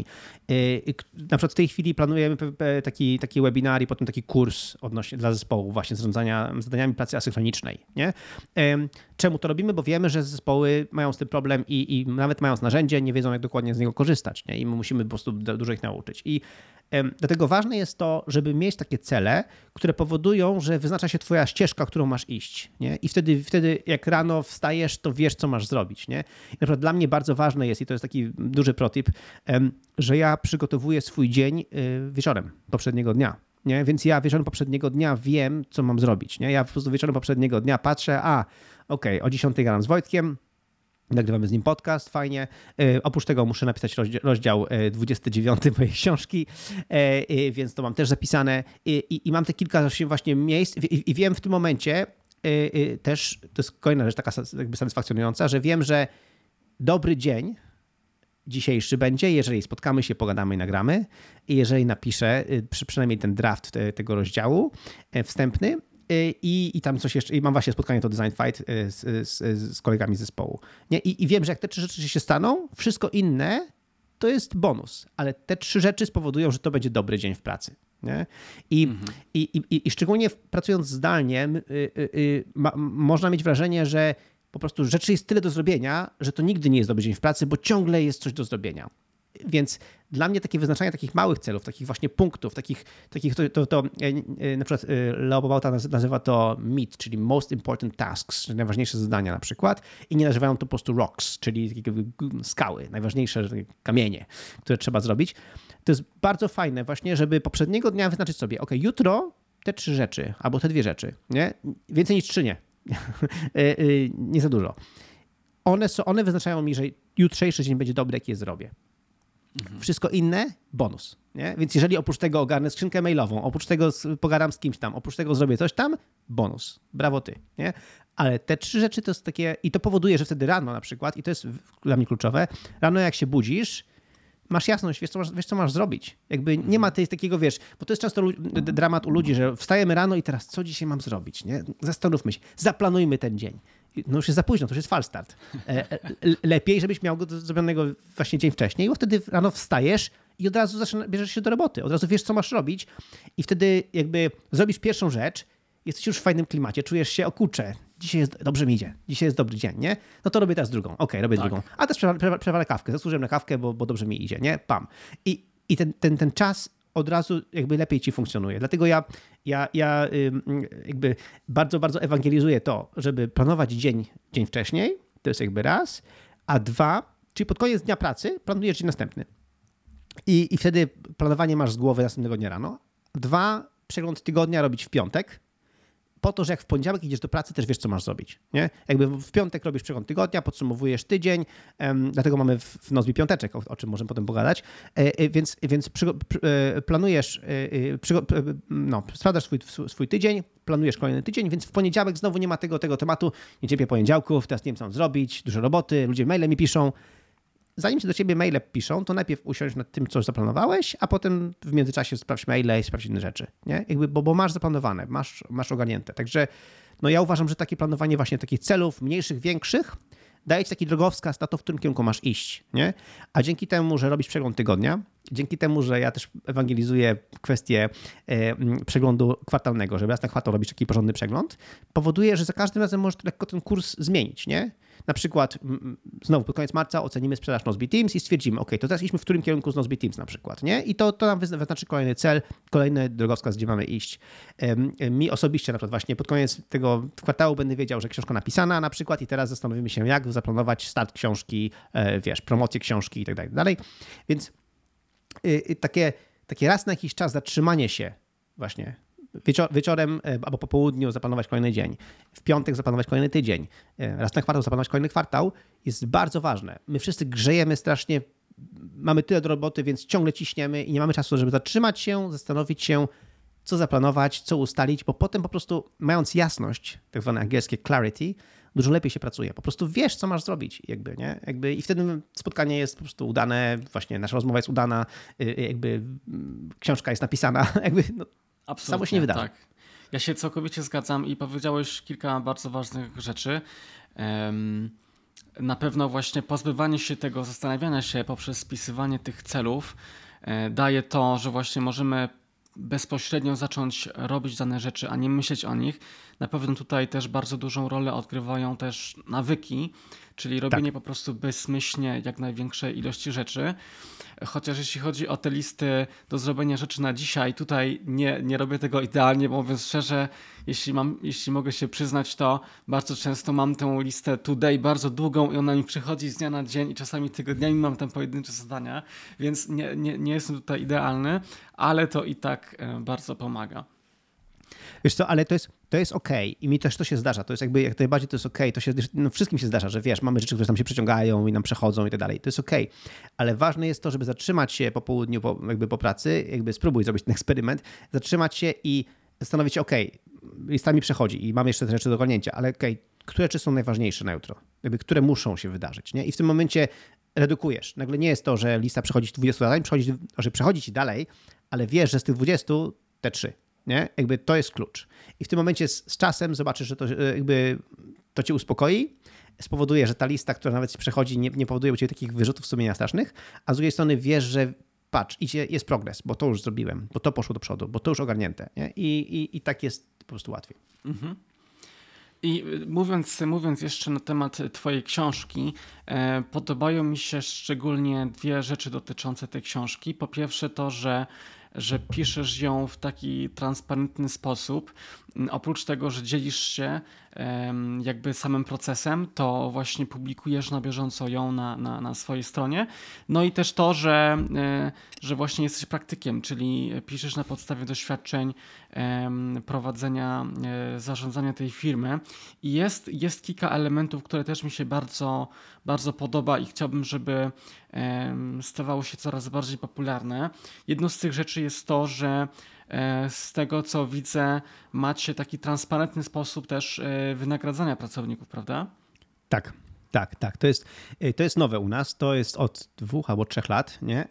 Na przykład w tej chwili planujemy taki, taki webinar i potem taki kurs odnośnie dla zespołu właśnie zarządzania zadaniami pracy asynchronicznej, nie? Czemu to robimy? Bo wiemy, że zespoły mają z tym problem i, i nawet mając narzędzie, nie wiedzą, jak dokładnie z niego korzystać, nie? I my musimy po prostu dużo ich nauczyć. I dlatego ważne jest to, żeby mieć takie cele, które powodują, że wyznacza się twoja ścieżka, którą masz iść, nie? I wtedy, wtedy jak rano wstajesz, to wiesz, co masz zrobić, nie? I na przykład dla mnie bardzo ważne jest, i to jest taki duży protip, że ja przygotowuję swój dzień wieczorem poprzedniego dnia. Nie? Więc ja wieczorem poprzedniego dnia wiem, co mam zrobić. Nie? Ja po prostu wieczorem poprzedniego dnia patrzę, a okej, okay, o dziesiątej gadam z Wojtkiem, nagrywamy z nim podcast, fajnie. E, oprócz tego muszę napisać rozdział, rozdział dwudziesty dziewiąty mojej książki, e, e, więc to mam też zapisane. I, i, i mam te kilka właśnie miejsc i, i wiem w tym momencie e, e, też, to jest kolejna rzecz taka jakby satysfakcjonująca, że wiem, że dobry dzień dzisiejszy będzie, jeżeli spotkamy się, pogadamy i nagramy i jeżeli napiszę przy, przynajmniej ten draft te, tego rozdziału wstępny i, i tam coś jeszcze, i mam właśnie spotkanie to Design Fight z, z, z kolegami z zespołu. Nie? I, I wiem, że jak te trzy rzeczy się staną, wszystko inne to jest bonus, ale te trzy rzeczy spowodują, że to będzie dobry dzień w pracy. Nie? I, mhm. i, i, I szczególnie pracując zdalnie y, y, y, ma, można mieć wrażenie, że po prostu rzeczy jest tyle do zrobienia, że to nigdy nie jest dobry dzień w pracy, bo ciągle jest coś do zrobienia. Więc dla mnie takie wyznaczanie takich małych celów, takich właśnie punktów, takich, takich to, to, to na przykład Leo Babauta nazywa to M I T, czyli Most Important Tasks, czyli najważniejsze zadania na przykład, i nie nazywają to po prostu rocks, czyli takie skały, najważniejsze kamienie, które trzeba zrobić. To jest bardzo fajne właśnie, żeby poprzedniego dnia wyznaczyć sobie, ok, jutro te trzy rzeczy, albo te dwie rzeczy, nie? Więcej niż trzy nie. Nie za dużo. One, są, one wyznaczają mi, że jutrzejszy dzień będzie dobry, jak je zrobię. Mhm. Wszystko inne, bonus. Nie? Więc jeżeli oprócz tego ogarnę skrzynkę mailową, oprócz tego pogadam z kimś tam, oprócz tego zrobię coś tam, bonus. Brawo ty. Nie? Ale te trzy rzeczy to jest takie... I to powoduje, że wtedy rano na przykład, i to jest dla mnie kluczowe, rano jak się budzisz, masz jasność, wiesz co masz, wiesz, co masz zrobić. Jakby nie ma tej, takiego, wiesz, bo to jest często lu- dramat u ludzi, że wstajemy rano i teraz co dzisiaj mam zrobić, nie? Zastanówmy się, zaplanujmy ten dzień. No już jest za późno, to już jest false start. E, lepiej, żebyś miał go zrobionego właśnie dzień wcześniej, bo wtedy rano wstajesz i od razu zaczyna, bierzesz się do roboty. Od razu wiesz, co masz robić i wtedy jakby zrobisz pierwszą rzecz, jesteś już w fajnym klimacie, czujesz się, o kurczę, dzisiaj jest, dobrze mi idzie, dzisiaj jest dobry dzień, nie? No to robię teraz drugą, okej, okay, robię tak. drugą. A też przewalę, przewalę kawkę, zasłużyłem na kawkę, bo, bo dobrze mi idzie, nie? Pam. I, i ten, ten, ten czas od razu jakby lepiej ci funkcjonuje. Dlatego ja, ja, ja jakby bardzo, bardzo ewangelizuję to, żeby planować dzień, dzień wcześniej, to jest jakby raz, a dwa, czyli pod koniec dnia pracy planujesz dzień następny. I, i wtedy planowanie masz z głowy następnego dnia rano. Dwa, przegląd tygodnia robić w piątek, po to, że jak w poniedziałek idziesz do pracy, też wiesz, co masz zrobić. Nie? Jakby w piątek robisz przegląd tygodnia, podsumowujesz tydzień, um, dlatego mamy w, w Nozbi piąteczek, o, o czym możemy potem pogadać, e, e, więc, więc przy, przy, e, planujesz, e, przy, e, no, sprawdzasz swój, swój tydzień, planujesz kolejny tydzień, więc w poniedziałek znowu nie ma tego, tego tematu, nie cierpię poniedziałków, teraz nie wiem, co mam zrobić, dużo roboty, ludzie maile mi piszą. Zanim się do ciebie maile piszą, to najpierw usiądź nad tym, co zaplanowałeś, a potem w międzyczasie sprawdź maile i sprawdź inne rzeczy. Nie? Jakby, bo, bo masz zaplanowane, masz, masz ogarnięte. Także no ja uważam, że takie planowanie właśnie takich celów, mniejszych, większych, daje ci taki drogowskaz na to, w którym kierunku masz iść. Nie? A dzięki temu, że robisz przegląd tygodnia, dzięki temu, że ja też ewangelizuję kwestię e, przeglądu kwartalnego, żeby raz na kwartał robić taki porządny przegląd, powoduje, że za każdym razem możesz lekko ten kurs zmienić, nie? Na przykład znowu pod koniec marca ocenimy sprzedaż Nozbe Teams i stwierdzimy, ok, to teraz idźmy w którym kierunku z Nozbe Teams na przykład, nie? I to, to nam wyznaczy kolejny cel, kolejny drogowskaz, gdzie mamy iść. Mi osobiście na przykład właśnie pod koniec tego kwartału będę wiedział, że książka napisana na przykład i teraz zastanowimy się, jak zaplanować start książki, wiesz, promocję książki i tak dalej. Więc takie, takie raz na jakiś czas zatrzymanie się właśnie Wieczor- wieczorem albo po południu zaplanować kolejny dzień, w piątek zaplanować kolejny tydzień, raz na kwartał zaplanować kolejny kwartał jest bardzo ważne. My wszyscy grzejemy strasznie, mamy tyle do roboty, więc ciągle ciśniemy i nie mamy czasu, żeby zatrzymać się, zastanowić się, co zaplanować, co ustalić, bo potem po prostu mając jasność, tak zwane angielskie clarity, dużo lepiej się pracuje. Po prostu wiesz, co masz zrobić jakby, nie? Jakby i wtedy spotkanie jest po prostu udane, właśnie nasza rozmowa jest udana, jakby książka jest napisana, jakby no, samo się nie wydarzy. Tak. Ja się całkowicie zgadzam i powiedziałeś kilka bardzo ważnych rzeczy. Um, na pewno właśnie pozbywanie się tego zastanawiania się poprzez spisywanie tych celów e, daje to, że właśnie możemy bezpośrednio zacząć robić dane rzeczy, a nie myśleć o nich. Na pewno tutaj też bardzo dużą rolę odgrywają też nawyki, czyli robienie tak. po prostu bezmyślnie jak największej ilości rzeczy. Chociaż jeśli chodzi o te listy do zrobienia rzeczy na dzisiaj, tutaj nie, nie robię tego idealnie, bo mówiąc szczerze, jeśli, mam, jeśli mogę się przyznać, to bardzo często mam tę listę today bardzo długą i ona mi przychodzi z dnia na dzień i czasami tygodniami mam tam pojedyncze zadania, więc nie, nie, nie jestem tutaj idealny, ale to i tak bardzo pomaga. Wiesz co, ale to jest, to jest okej okay. I mi też to się zdarza. To jest jakby, jak najbardziej to jest okej. Okay. To się, no wszystkim się zdarza, że wiesz, mamy rzeczy, które tam się przeciągają i nam przechodzą i tak dalej. To jest okej. Okay. Ale ważne jest to, żeby zatrzymać się po południu, po, jakby po pracy, jakby spróbuj zrobić ten eksperyment, zatrzymać się i zastanowić się, okej, okay, lista mi przechodzi i mam jeszcze te rzeczy do ogarnięcia, ale okej, okay, które rzeczy są najważniejsze na jutro? Jakby, które muszą się wydarzyć, nie? I w tym momencie redukujesz. Nagle nie jest to, że lista przechodzi dwudziestu zadań, przechodzi, że przechodzi ci dalej, ale wiesz, że z tych dwudziestu te trzy. Nie? Jakby to jest klucz. I w tym momencie z, z czasem zobaczysz, że to, jakby to cię uspokoi, spowoduje, że ta lista, która nawet ci przechodzi, nie, nie powoduje u ciebie takich wyrzutów sumienia strasznych, a z drugiej strony wiesz, że patrz, idzie, jest progres, bo to już zrobiłem, bo to poszło do przodu, bo to już ogarnięte. Nie? I, i, I tak jest po prostu łatwiej. Mhm. I mówiąc, mówiąc jeszcze na temat twojej książki, e, podobają mi się szczególnie dwie rzeczy dotyczące tej książki. Po pierwsze to, że że piszesz ją w taki transparentny sposób. Oprócz tego, że dzielisz się jakby samym procesem, to właśnie publikujesz na bieżąco ją na, na, na swojej stronie. No i też to, że, że właśnie jesteś praktykiem, czyli piszesz na podstawie doświadczeń prowadzenia, zarządzania tej firmy. I jest, jest kilka elementów, które też mi się bardzo, bardzo podoba i chciałbym, żeby stawało się coraz bardziej popularne. Jedną z tych rzeczy jest to, że z tego co widzę, macie taki transparentny sposób też wynagradzania pracowników, prawda? Tak, tak, tak. To jest, to jest nowe u nas. To jest od dwóch albo trzech lat. Nie?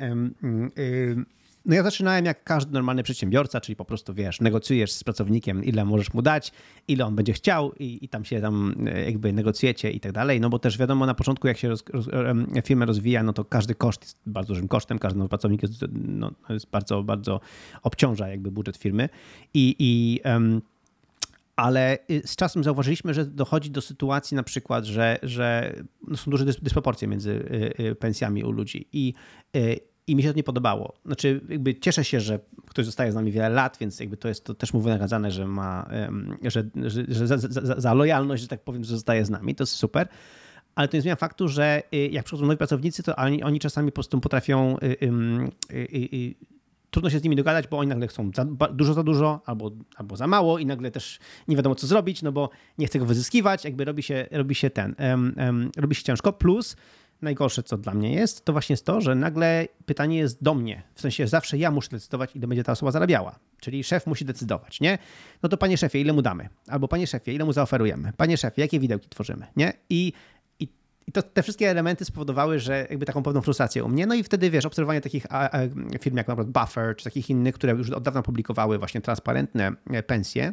No ja zaczynałem jak każdy normalny przedsiębiorca, czyli po prostu wiesz, negocjujesz z pracownikiem, ile możesz mu dać, ile on będzie chciał i, i tam się tam jakby negocjujecie i tak dalej, no bo też wiadomo na początku jak się roz, roz, firma rozwija, no to każdy koszt jest bardzo dużym kosztem, każdy nowy pracownik jest, no, jest bardzo, bardzo obciąża jakby budżet firmy i, i um, ale z czasem zauważyliśmy, że dochodzi do sytuacji na przykład, że, że no są duże dysproporcje między pensjami u ludzi i I mi się to nie podobało. Znaczy, jakby cieszę się, że ktoś zostaje z nami wiele lat, więc jakby to jest to też mu wynagradzane, że ma, że, że, że za, za, za lojalność, że tak powiem, że zostaje z nami. To jest super. Ale to nie zmienia faktu, że jak przychodzą nowi pracownicy, to oni, oni czasami po prostu potrafią y, y, y, y, trudno się z nimi dogadać, bo oni nagle chcą za, dużo za dużo albo, albo za mało i nagle też nie wiadomo co zrobić, no bo nie chce go wyzyskiwać, jakby robi się, robi się ten, um, um, robi się ciężko. Plus najgorsze, co dla mnie jest, to właśnie jest to, że nagle pytanie jest do mnie. W sensie zawsze ja muszę decydować, ile będzie ta osoba zarabiała. Czyli szef musi decydować, nie? No to panie szefie, ile mu damy? Albo panie szefie, ile mu zaoferujemy? Panie szefie, jakie widełki tworzymy? Nie? I, i, i to, te wszystkie elementy spowodowały, że jakby taką pewną frustrację u mnie. No i wtedy, wiesz, obserwowanie takich a, a, firm jak na przykład Buffer, czy takich innych, które już od dawna publikowały właśnie transparentne pensje.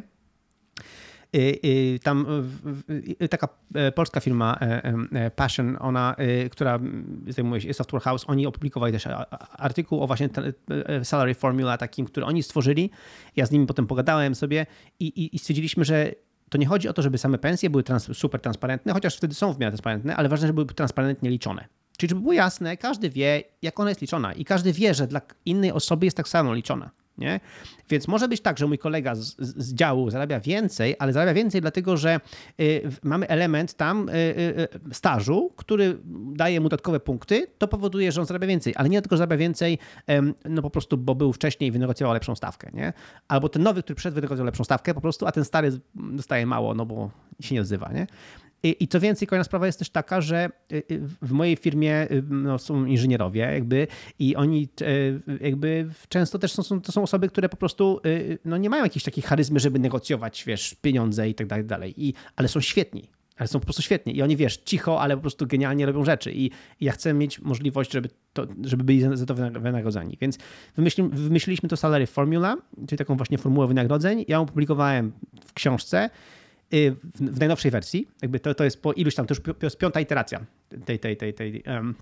Tam taka polska firma Passion, ona, która zajmuje się Software House, oni opublikowali też artykuł o właśnie salary formula takim, który oni stworzyli. Ja z nimi potem pogadałem sobie i, i, i stwierdziliśmy, że to nie chodzi o to, żeby same pensje były trans, super transparentne, chociaż wtedy są w miarę transparentne, ale ważne, żeby były transparentnie liczone. Czyli żeby było jasne, każdy wie, jak ona jest liczona i każdy wie, że dla innej osoby jest tak samo liczona. Nie? Więc może być tak, że mój kolega z, z działu zarabia więcej, ale zarabia więcej dlatego, że y, mamy element tam y, y, stażu, który daje mu dodatkowe punkty, to powoduje, że on zarabia więcej, ale nie dlatego, że zarabia więcej, y, no po prostu, bo był wcześniej i wynegocjował lepszą stawkę, nie? Albo ten nowy, który przed wynegocjował lepszą stawkę po prostu, a ten stary dostaje mało, no bo się nie odzywa, nie? I co więcej, kolejna sprawa jest też taka, że w mojej firmie no, są inżynierowie jakby i oni jakby często też są, to są osoby, które po prostu no, nie mają jakiejś takiej charyzmy, żeby negocjować, wiesz, pieniądze i tak dalej, i, ale są świetni. ale są po prostu świetni i oni, wiesz, cicho, ale po prostu genialnie robią rzeczy i, i ja chcę mieć możliwość, żeby, to, żeby byli za to wynagrodzeni. Więc wymyśli, wymyśliliśmy to Salary Formula, czyli taką właśnie formułę wynagrodzeń. Ja ją opublikowałem w książce w, w najnowszej wersji. Jakby to, to jest po iluś tam, to już to jest piąta iteracja tej, tej, tej, tej, um,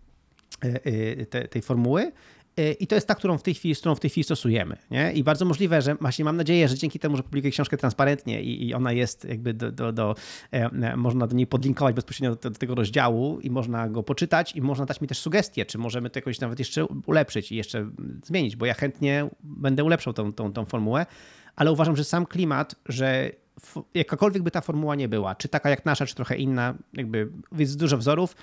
tej, tej formuły. I to jest ta, którą w tej chwili, z którą w tej chwili stosujemy. Nie? I bardzo możliwe, że właśnie mam nadzieję, że dzięki temu, że publikuję książkę transparentnie i, i ona jest jakby do, do, do e, można do niej podlinkować bezpośrednio do, do tego rozdziału i można go poczytać i można dać mi też sugestie, czy możemy to jakoś nawet jeszcze ulepszyć i jeszcze zmienić, bo ja chętnie będę ulepszał tą, tą, tą formułę, ale uważam, że sam klimat, że jakakolwiek by ta formuła nie była, czy taka jak nasza, czy trochę inna, jakby jest dużo wzorów,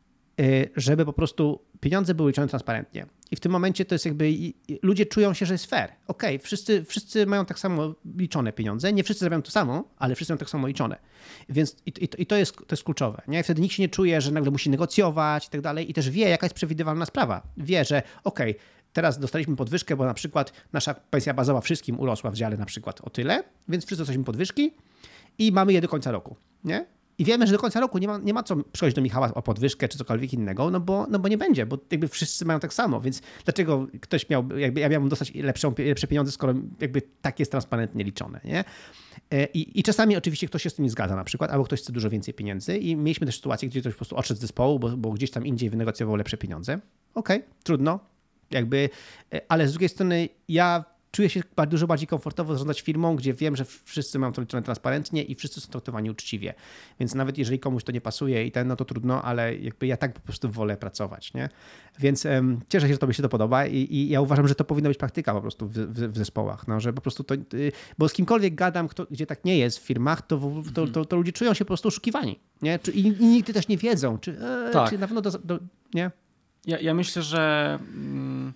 żeby po prostu pieniądze były liczone transparentnie. I w tym momencie to jest jakby, ludzie czują się, że jest fair. Okej, okay, wszyscy, wszyscy mają tak samo liczone pieniądze, nie wszyscy zarabiają to samo, ale wszyscy mają tak samo liczone. Więc i, i, i to, jest, to jest kluczowe. Nie? Wtedy nikt się nie czuje, że nagle musi negocjować i tak dalej i też wie, jaka jest przewidywalna sprawa. Wie, że okej, okay, teraz dostaliśmy podwyżkę, bo na przykład nasza pensja bazowa wszystkim urosła w dziale na przykład o tyle, więc wszyscy dostaliśmy podwyżki i mamy je do końca roku. Nie? I wiemy, że do końca roku nie ma, nie ma co przychodzić do Michała o podwyżkę czy cokolwiek innego, no bo, no bo nie będzie, bo jakby wszyscy mają tak samo, więc dlaczego ktoś miał, jakby ja miałbym dostać lepszą, lepsze pieniądze, skoro jakby tak jest transparentnie liczone, nie? I, I czasami oczywiście ktoś się z tym nie zgadza na przykład, albo ktoś chce dużo więcej pieniędzy i mieliśmy też sytuację, gdzie ktoś po prostu odszedł z zespołu, bo, bo gdzieś tam indziej wynegocjował lepsze pieniądze. Okej, okay, trudno, jakby, ale z drugiej strony ja czuję się dużo bardziej komfortowo zarządzać firmą, gdzie wiem, że wszyscy mają to liczone transparentnie i wszyscy są traktowani uczciwie. Więc nawet jeżeli komuś to nie pasuje i ten, no to trudno, ale jakby ja tak po prostu wolę pracować, nie? Więc um, cieszę się, że tobie się to podoba i, i ja uważam, że to powinna być praktyka po prostu w, w, w zespołach, no, że po prostu to, bo z kimkolwiek gadam, kto, gdzie tak nie jest w firmach, to, to, to, to ludzie czują się po prostu oszukiwani, nie? I, i nigdy też nie wiedzą, czy, e, tak. czy na pewno, do, do, nie? Ja, ja myślę, że mm,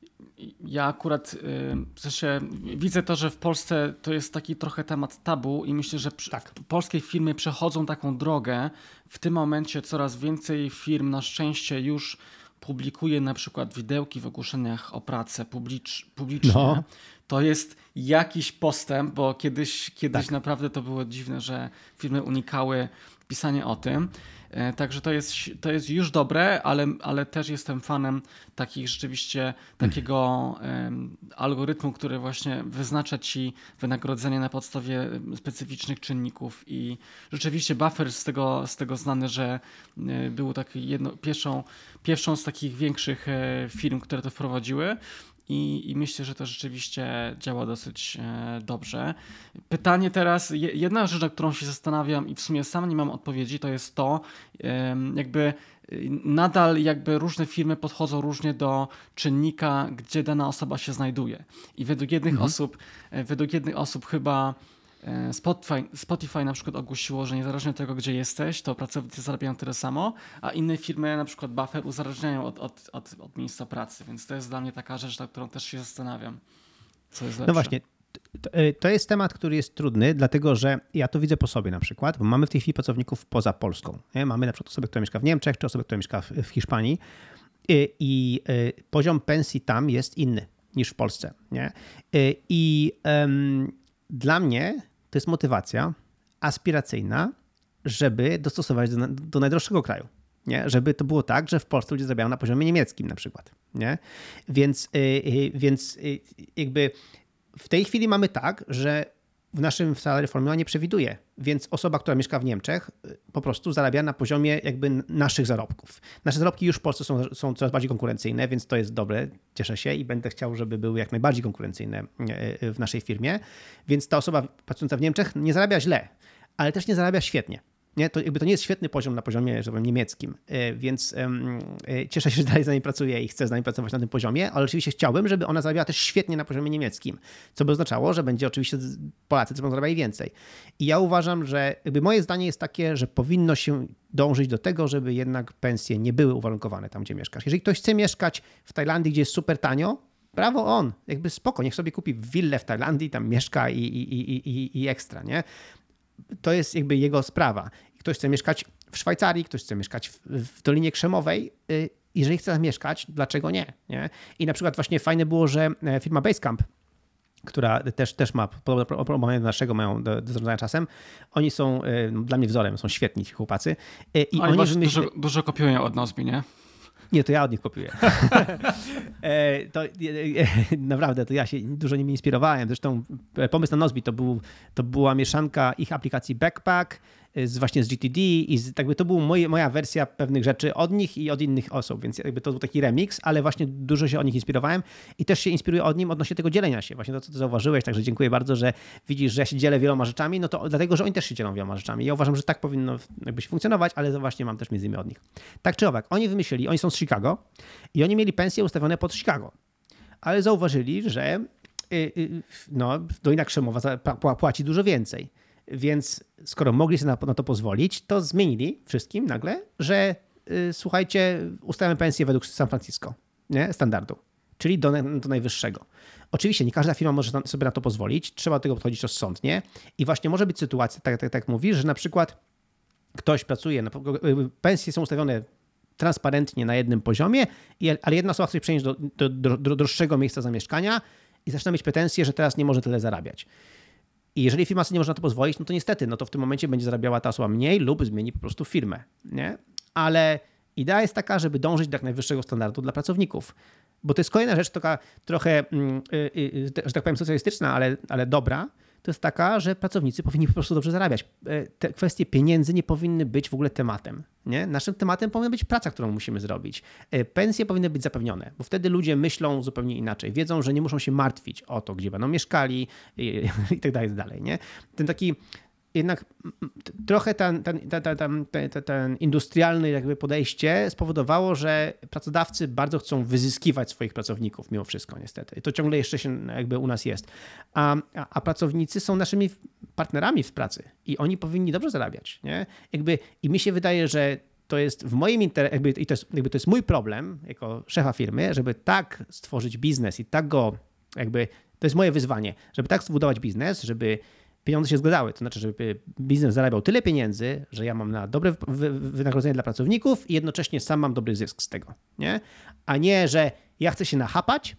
ja akurat w sensie widzę to, że w Polsce to jest taki trochę temat tabu i myślę, że tak. polskie firmy przechodzą taką drogę. W tym momencie coraz więcej firm na szczęście już publikuje na przykład widełki w ogłoszeniach o pracę publicz, publicznie. No. To jest jakiś postęp, bo kiedyś, kiedyś tak. naprawdę to było dziwne, że firmy unikały pisania o tym. Także to jest, to jest już dobre, ale, ale też jestem fanem takich rzeczywiście takiego um, algorytmu, który właśnie wyznacza ci wynagrodzenie na podstawie specyficznych czynników i rzeczywiście Buffer z tego, z tego znany, że był taki jedno, pierwszą, pierwszą z takich większych firm, które to wprowadziły. I, I myślę, że to rzeczywiście działa dosyć e, dobrze. Pytanie teraz, je, jedna rzecz, na którą się zastanawiam i w sumie sam nie mam odpowiedzi, to jest to, e, jakby nadal jakby różne firmy podchodzą różnie do czynnika, gdzie dana osoba się znajduje. I według jednych mhm. osób, e, według jednych osób chyba Spotify, Spotify na przykład ogłosiło, że niezależnie od tego, gdzie jesteś, to pracownicy zarabiają tyle samo, a inne firmy, na przykład Buffer, uzależniają od, od, od, od miejsca pracy, więc to jest dla mnie taka rzecz, nad którą też się zastanawiam, co jest lepsze. No właśnie, to, to jest temat, który jest trudny, dlatego że ja to widzę po sobie na przykład, bo mamy w tej chwili pracowników poza Polską. Nie? Mamy na przykład osobę, która mieszka w Niemczech, czy osobę, która mieszka w, w Hiszpanii i, i y, poziom pensji tam jest inny niż w Polsce. Nie? Y, I ym, dla mnie to jest motywacja aspiracyjna, żeby dostosować do, do najdroższego kraju. Nie? Żeby to było tak, że w Polsce ludzie zarabiają na poziomie niemieckim na przykład. Nie? Więc, yy, więc yy, jakby w tej chwili mamy tak, że w naszym salary formula nie przewiduje, więc osoba, która mieszka w Niemczech po prostu zarabia na poziomie jakby naszych zarobków. Nasze zarobki już w Polsce są, są coraz bardziej konkurencyjne, więc to jest dobre, cieszę się i będę chciał, żeby były jak najbardziej konkurencyjne w naszej firmie, więc ta osoba pracująca w Niemczech nie zarabia źle, ale też nie zarabia świetnie. Nie? To, jakby to nie jest świetny poziom na poziomie, że powiem, niemieckim, więc um, cieszę się, że dalej z nami pracuję i chcę z nami pracować na tym poziomie, ale oczywiście chciałbym, żeby ona zarabiała też świetnie na poziomie niemieckim, co by oznaczało, że będzie oczywiście Polacy też będą zarabiali więcej. I ja uważam, że jakby moje zdanie jest takie, że powinno się dążyć do tego, żeby jednak pensje nie były uwarunkowane tam, gdzie mieszkasz. Jeżeli ktoś chce mieszkać w Tajlandii, gdzie jest super tanio, brawo on, jakby spoko, niech sobie kupi willę w Tajlandii, tam mieszka i, i, i, i, i ekstra, nie? To jest jakby jego sprawa. Ktoś chce mieszkać w Szwajcarii, ktoś chce mieszkać w, w Dolinie Krzemowej. Jeżeli chce tam mieszkać, dlaczego nie? nie? I na przykład właśnie fajne było, że firma Basecamp która też, też ma podobne do naszego, mają do, do zarządzania czasem. Oni są dla mnie wzorem, są świetni ci chłopacy. I oni, oni wymyśli... dużo, dużo kopiują od Nozbi, nie? Nie, to ja od nich kopiuję. to naprawdę, to ja się dużo nimi inspirowałem. Zresztą pomysł na Nozbi to, był, to była mieszanka ich aplikacji Backpack z, właśnie z G T D i z, jakby to była moja, moja wersja pewnych rzeczy od nich i od innych osób, więc jakby to był taki remix, ale właśnie dużo się od nich inspirowałem i też się inspiruję od nim odnośnie tego dzielenia się. Właśnie to, co ty zauważyłeś, także dziękuję bardzo, że widzisz, że ja się dzielę wieloma rzeczami, no to dlatego, że oni też się dzielą wieloma rzeczami. Ja uważam, że tak powinno jakby się funkcjonować, ale to właśnie mam też między innymi od nich. Tak czy owak, oni wymyślili, oni są z Chicago i oni mieli pensje ustawione pod Chicago, ale zauważyli, że no, Dolina Krzemowa płaci dużo więcej. Więc skoro mogli sobie na, na to pozwolić, to zmienili wszystkim nagle, że y, słuchajcie, ustalamy pensję według San Francisco, nie? Standardu, czyli do, do najwyższego. Oczywiście nie każda firma może sobie na to pozwolić, trzeba do tego podchodzić rozsądnie i właśnie może być sytuacja, tak, tak, tak mówisz, że na przykład ktoś pracuje, na, pensje są ustawione transparentnie na jednym poziomie, ale jedna osoba chce przenieść do, do, do, do droższego miejsca zamieszkania i zaczyna mieć pretensje, że teraz nie może tyle zarabiać. I jeżeli firma sobie nie może na to pozwolić, no to niestety, no to w tym momencie będzie zarabiała ta osoba mniej lub zmieni po prostu firmę, nie? Ale idea jest taka, żeby dążyć do jak najwyższego standardu dla pracowników. Bo to jest kolejna rzecz taka trochę, że tak powiem, socjalistyczna, ale, ale dobra. To jest taka, że pracownicy powinni po prostu dobrze zarabiać. Te kwestie pieniędzy nie powinny być w ogóle tematem. Nie? Naszym tematem powinna być praca, którą musimy zrobić. Pensje powinny być zapewnione, bo wtedy ludzie myślą zupełnie inaczej. Wiedzą, że nie muszą się martwić o to, gdzie będą mieszkali i, i tak dalej, dalej. Nie? Ten taki jednak trochę ten, ten, ten, ten, ten, ten industrialny jakby podejście spowodowało, że pracodawcy bardzo chcą wyzyskiwać swoich pracowników mimo wszystko niestety. I to ciągle jeszcze się jakby u nas jest. A, a, a pracownicy są naszymi partnerami w pracy i oni powinni dobrze zarabiać. Nie? Jakby, i mi się wydaje, że to jest w moim interesie, jakby, i to jest, jakby to jest mój problem jako szefa firmy, żeby tak stworzyć biznes i tak go jakby, to jest moje wyzwanie, żeby tak zbudować biznes, żeby pieniądze się zgadzały, to znaczy, żeby biznes zarabiał tyle pieniędzy, że ja mam na dobre wynagrodzenie dla pracowników i jednocześnie sam mam dobry zysk z tego, nie? A nie, że ja chcę się nachapać,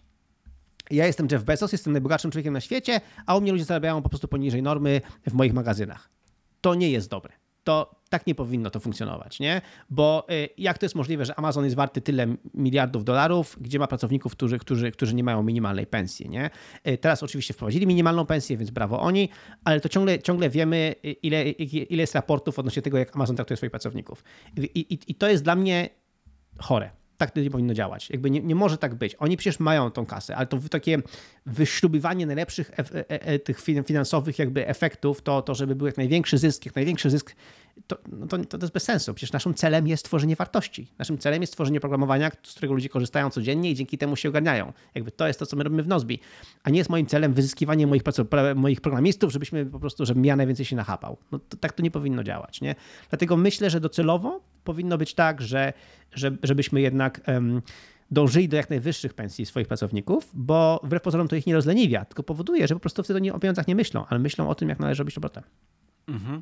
ja jestem Jeff Bezos, jestem najbogatszym człowiekiem na świecie, a u mnie ludzie zarabiają po prostu poniżej normy w moich magazynach. To nie jest dobre. To tak nie powinno to funkcjonować, nie? Bo jak to jest możliwe, że Amazon jest warty tyle miliardów dolarów, gdzie ma pracowników, którzy, którzy, którzy nie mają minimalnej pensji, nie? Teraz oczywiście wprowadzili minimalną pensję, więc brawo oni, ale to ciągle, ciągle wiemy, ile, ile jest raportów odnośnie tego, jak Amazon traktuje swoich pracowników. I, i, i to jest dla mnie chore. Tak to nie powinno działać. Jakby nie, nie może tak być. Oni przecież mają tą kasę, ale to takie wyśrubowanie najlepszych e, e, e, tych finansowych jakby efektów, to, to żeby był jak największy zysk, jak największy zysk, to, no to, to jest bez sensu. Przecież naszym celem jest tworzenie wartości. Naszym celem jest tworzenie programowania, z którego ludzie korzystają codziennie i dzięki temu się ogarniają. Jakby to jest to, co my robimy w Nozbi. A nie jest moim celem wyzyskiwanie moich, moich programistów, żebyśmy po prostu, żebym ja najwięcej się nachapał. No to, tak to nie powinno działać, nie? Dlatego myślę, że docelowo powinno być tak, że, że żebyśmy jednak um, dążyli do jak najwyższych pensji swoich pracowników, bo wbrew pozorom to ich nie rozleniwia, tylko powoduje, że po prostu wtedy o pieniądzach nie myślą, ale myślą o tym, jak należy robić robotę. Mhm.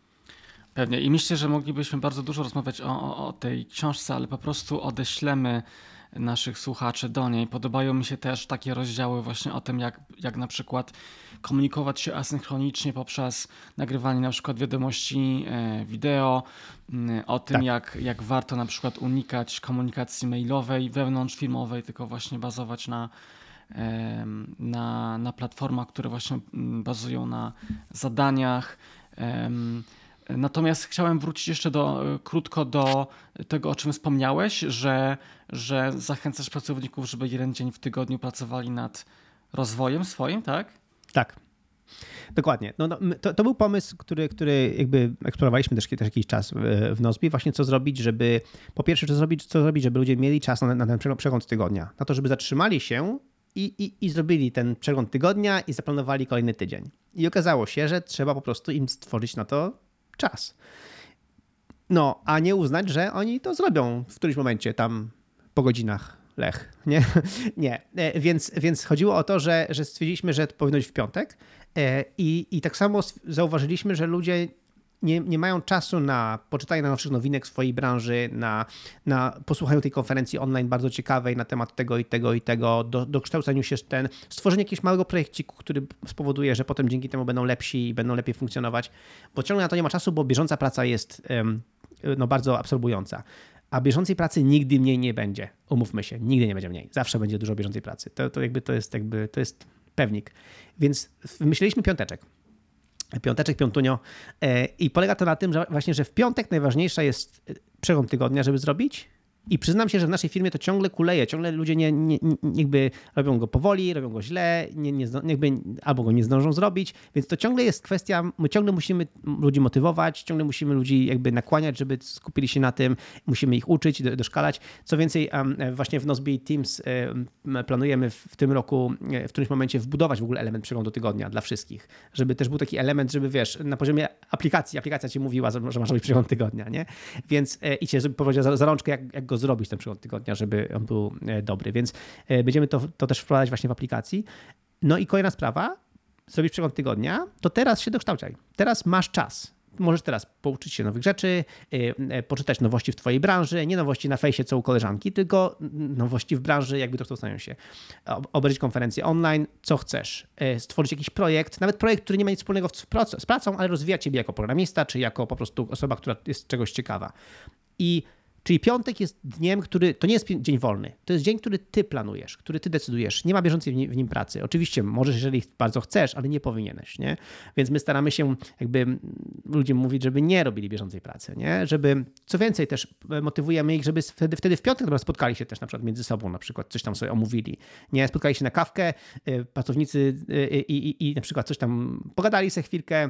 Pewnie. I myślę, że moglibyśmy bardzo dużo rozmawiać o, o, o tej książce, ale po prostu odeślemy naszych słuchaczy do niej. Podobają mi się też takie rozdziały właśnie o tym, jak, jak na przykład komunikować się asynchronicznie poprzez nagrywanie na przykład wiadomości e, wideo, o tym, tak. jak, jak warto na przykład unikać komunikacji mailowej, wewnątrzfirmowej, tylko właśnie bazować na, e, na, na platformach, które właśnie bazują na zadaniach. E, Natomiast chciałem wrócić jeszcze do, krótko do tego, o czym wspomniałeś, że, że zachęcasz pracowników, żeby jeden dzień w tygodniu pracowali nad rozwojem swoim, tak? Tak. Dokładnie. No, no, to, to był pomysł, który, który jakby eksplorowaliśmy też, też jakiś czas w, w Nozbi. Właśnie co zrobić, żeby po pierwsze, co zrobić, co zrobić, żeby ludzie mieli czas na, na ten przegląd tygodnia. Na to, żeby zatrzymali się i, i, i zrobili ten przegląd tygodnia i zaplanowali kolejny tydzień. I okazało się, że trzeba po prostu im stworzyć na to czas. No, a nie uznać, że oni to zrobią w którymś momencie tam po godzinach lech. Nie, nie. Więc, więc chodziło o to, że, że stwierdziliśmy, że to powinno być w piątek i, i tak samo zauważyliśmy, że ludzie nie, nie mają czasu na poczytanie najnowszych nowinek w swojej branży, na, na posłuchaniu tej konferencji online bardzo ciekawej na temat tego i tego i tego, do, dokształceniu się ten, stworzenie jakiegoś małego projekciku, który spowoduje, że potem dzięki temu będą lepsi i będą lepiej funkcjonować, bo ciągle na to nie ma czasu, bo bieżąca praca jest um, no, bardzo absorbująca. A bieżącej pracy nigdy mniej nie będzie. Umówmy się, nigdy nie będzie mniej. Zawsze będzie dużo bieżącej pracy. To, to jakby to jest jakby to jest pewnik. Więc wymyśliliśmy piąteczek. Piąteczek, piątunio. I polega to na tym, że właśnie, że w piątek najważniejsza jest przegląd tygodnia, żeby zrobić. I przyznam się, że w naszej firmie to ciągle kuleje, ciągle ludzie nie, nie, nie, jakby robią go powoli, robią go źle, nie, nie, jakby, albo go nie zdążą zrobić, więc to ciągle jest kwestia, my ciągle musimy ludzi motywować, ciągle musimy ludzi jakby nakłaniać, żeby skupili się na tym, musimy ich uczyć, do, doszkalać. Co więcej, właśnie w Nozbe Teams planujemy w tym roku w którymś momencie wbudować w ogóle element przeglądu tygodnia dla wszystkich, żeby też był taki element, żeby wiesz, na poziomie aplikacji, aplikacja ci mówiła, że masz robić przegląd tygodnia, nie? Więc i cię, żeby powiedział za, za rączkę, jak, jak go zrobić ten przegląd tygodnia, żeby on był dobry. Więc będziemy to, to też wprowadzać właśnie w aplikacji. No i kolejna sprawa, zrobić przegląd tygodnia, to teraz się dokształcaj. Teraz masz czas. Możesz teraz pouczyć się nowych rzeczy, poczytać nowości w twojej branży, nie nowości na fejsie, co u koleżanki, tylko nowości w branży, jakby dokształcają się. Obejrzeć konferencję online, co chcesz. Stworzyć jakiś projekt, nawet projekt, który nie ma nic wspólnego z pracą, ale rozwija ciebie jako programista, czy jako po prostu osoba, która jest czegoś ciekawa. I Czyli piątek jest dniem, który, to nie jest dzień wolny, to jest dzień, który ty planujesz, który ty decydujesz. Nie ma bieżącej w nim pracy. Oczywiście możesz, jeżeli bardzo chcesz, ale nie powinieneś, nie? Więc my staramy się jakby ludziom mówić, żeby nie robili bieżącej pracy, nie? Żeby, co więcej też motywujemy ich, żeby wtedy, wtedy w piątek spotkali się też na przykład między sobą, na przykład coś tam sobie omówili, nie? Spotkali się na kawkę, pracownicy i, i, i na przykład coś tam pogadali sobie chwilkę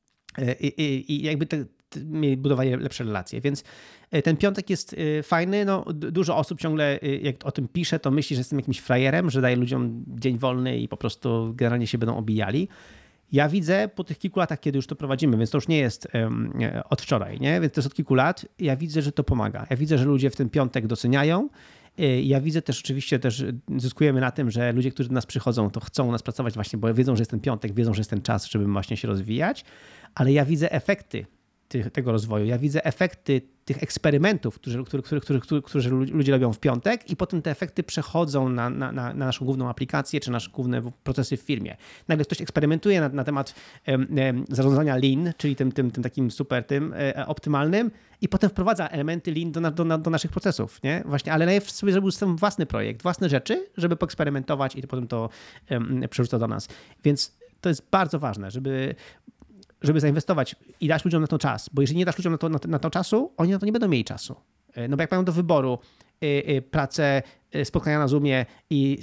i, i, i jakby te, budowali lepsze relacje, więc ten piątek jest fajny, no dużo osób ciągle jak o tym pisze, to myśli, że jestem jakimś frajerem, że daję ludziom dzień wolny i po prostu generalnie się będą obijali. Ja widzę po tych kilku latach, kiedy już to prowadzimy, więc to już nie jest um, od wczoraj, nie? Więc to jest od kilku lat, ja widzę, że to pomaga. Ja widzę, że ludzie w ten piątek doceniają. Ja widzę też oczywiście, też zyskujemy na tym, że ludzie, którzy do nas przychodzą, to chcą u nas pracować właśnie, bo wiedzą, że jest ten piątek, wiedzą, że jest ten czas, żeby właśnie się rozwijać, ale ja widzę efekty tych, tego rozwoju. Ja widzę efekty tych eksperymentów, które, które, które, które, które, które ludzie robią w piątek i potem te efekty przechodzą na, na, na naszą główną aplikację czy nasze główne procesy w firmie. Nagle ktoś eksperymentuje na, na temat um, um, zarządzania lean, czyli tym, tym, tym takim super tym e, optymalnym i potem wprowadza elementy lean do, do, do naszych procesów, nie? Właśnie, ale najpierw sobie zrobił sam własny projekt, własne rzeczy, żeby poeksperymentować i potem to um, przerzuca do nas. Więc to jest bardzo ważne, żeby żeby zainwestować i dać ludziom na to czas, bo jeżeli nie dasz ludziom na to, na, na to czasu, oni na to nie będą mieli czasu. No bo jak mają do wyboru y, y, pracę, y, spotkania na Zoomie i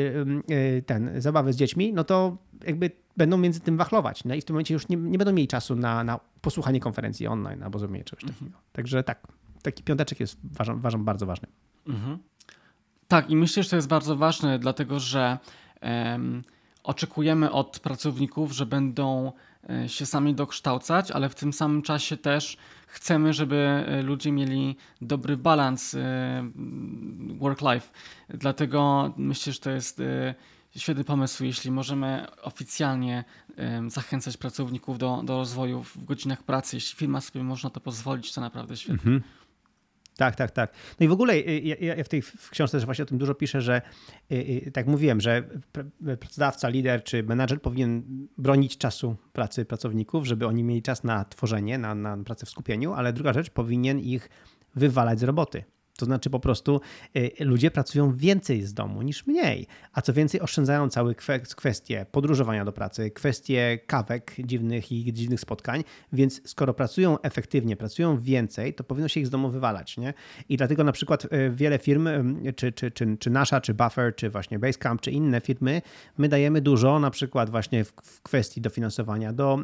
y, y, ten, zabawę z dziećmi, no to jakby będą między tym wachlować. No i w tym momencie już nie, nie będą mieli czasu na, na posłuchanie konferencji online albo zrobienie czegoś takiego. Mhm. Także tak, taki piąteczek jest uważam, uważam bardzo ważny. Mhm. Tak i myślę, że to jest bardzo ważne, dlatego że um, oczekujemy od pracowników, że będą się sami dokształcać, ale w tym samym czasie też chcemy, żeby ludzie mieli dobry balans work-life. Dlatego myślę, że to jest świetny pomysł, jeśli możemy oficjalnie zachęcać pracowników do, do rozwoju w godzinach pracy. Jeśli firma sobie może na to pozwolić, to naprawdę świetnie. Mhm. Tak, tak, tak. No i w ogóle ja, ja w tej w książce też właśnie o tym dużo piszę, że tak mówiłem, że pracodawca, lider czy menadżer powinien bronić czasu pracy pracowników, żeby oni mieli czas na tworzenie, na, na pracę w skupieniu, ale druga rzecz, powinien ich wywalać z roboty. To znaczy po prostu ludzie pracują więcej z domu niż mniej, a co więcej oszczędzają całe kwestie podróżowania do pracy, kwestie kawek dziwnych i dziwnych spotkań, więc skoro pracują efektywnie, pracują więcej, to powinno się ich z domu wywalać, nie? I dlatego na przykład wiele firm, czy, czy, czy, czy nasza, czy Buffer, czy właśnie Basecamp, czy inne firmy, my dajemy dużo na przykład właśnie w, w kwestii dofinansowania do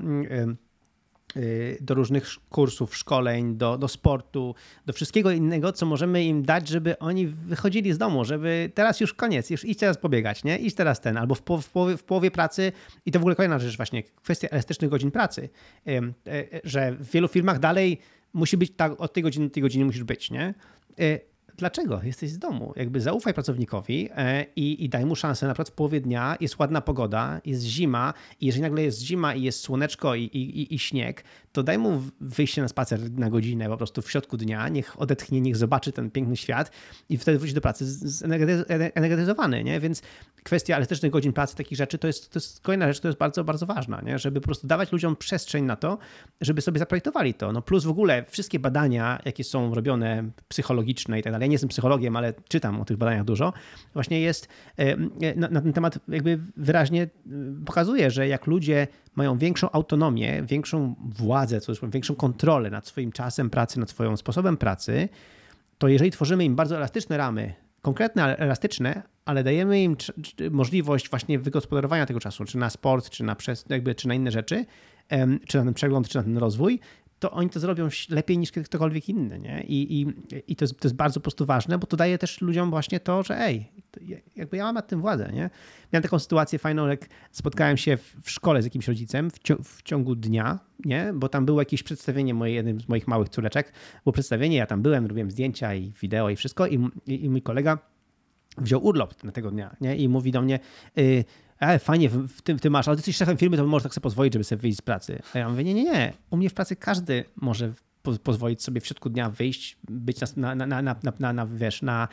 do różnych kursów, szkoleń, do, do sportu, do wszystkiego innego, co możemy im dać, żeby oni wychodzili z domu, żeby teraz już koniec, już idź teraz pobiegać, nie? Idź teraz ten, albo w, po, w, połowie, w połowie pracy i to w ogóle kolejna rzecz właśnie, kwestia elastycznych godzin pracy, że w wielu firmach dalej musi być tak, od tej godziny do tej godziny musisz być, nie? dlaczego? Jesteś z domu. Jakby zaufaj pracownikowi i, i daj mu szansę. Na przykład w połowie dnia jest ładna pogoda, jest zima i jeżeli nagle jest zima i jest słoneczko i, i, i śnieg, to daj mu wyjście na spacer na godzinę po prostu w środku dnia, niech odetchnie, niech zobaczy ten piękny świat i wtedy wróci do pracy zenergetyzowany, nie? Więc kwestia elastycznych godzin pracy, takich rzeczy, to jest, to jest kolejna rzecz, to jest bardzo, bardzo ważna, nie? Żeby po prostu dawać ludziom przestrzeń na to, żeby sobie zaprojektowali to. No plus w ogóle wszystkie badania, jakie są robione, psychologiczne i tak dalej, ja nie jestem psychologiem, ale czytam o tych badaniach dużo, właśnie jest na, na ten temat jakby wyraźnie pokazuje, że jak ludzie mają większą autonomię, większą władzę, co jest, większą kontrolę nad swoim czasem pracy, nad swoim sposobem pracy, to jeżeli tworzymy im bardzo elastyczne ramy, konkretne, ale elastyczne, ale dajemy im możliwość właśnie wygospodarowania tego czasu, czy na sport, czy na, przez, jakby, czy na inne rzeczy, czy na ten przegląd, czy na ten rozwój, to oni to zrobią lepiej niż ktokolwiek inny. Nie? I, i, i to, jest, to jest bardzo po prostu ważne, bo to daje też ludziom właśnie to, że ej, to jakby ja mam nad tym władzę. Nie? Miałem taką sytuację fajną, jak spotkałem się w, w szkole z jakimś rodzicem w, ciągu, w ciągu dnia, nie? Bo tam było jakieś przedstawienie, moje, jednym z moich małych córeczek, było przedstawienie, ja tam byłem, robiłem zdjęcia i wideo i wszystko i, i, i mój kolega wziął urlop na tego dnia, nie? I mówi do mnie, yy, ale fajnie, w tym, w tym masz, ale ty jesteś szefem firmy, to możesz tak sobie pozwolić, żeby sobie wyjść z pracy. A ja mówię, nie, nie, nie. U mnie w pracy każdy może po, pozwolić sobie w środku dnia wyjść, być na, na, na, na, na, na, wiesz, na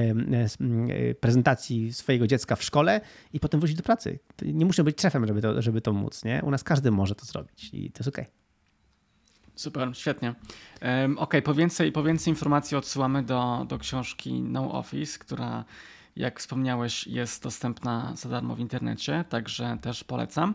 e, prezentacji swojego dziecka w szkole i potem wrócić do pracy. Nie muszę być szefem, żeby to, żeby to móc, nie? U nas każdy może to zrobić i to jest okej. Okay. Super, świetnie. Um, Okej, okay, po, więcej, po więcej informacji odsyłamy do, do książki No Office, która, jak wspomniałeś, jest dostępna za darmo w internecie, także też polecam.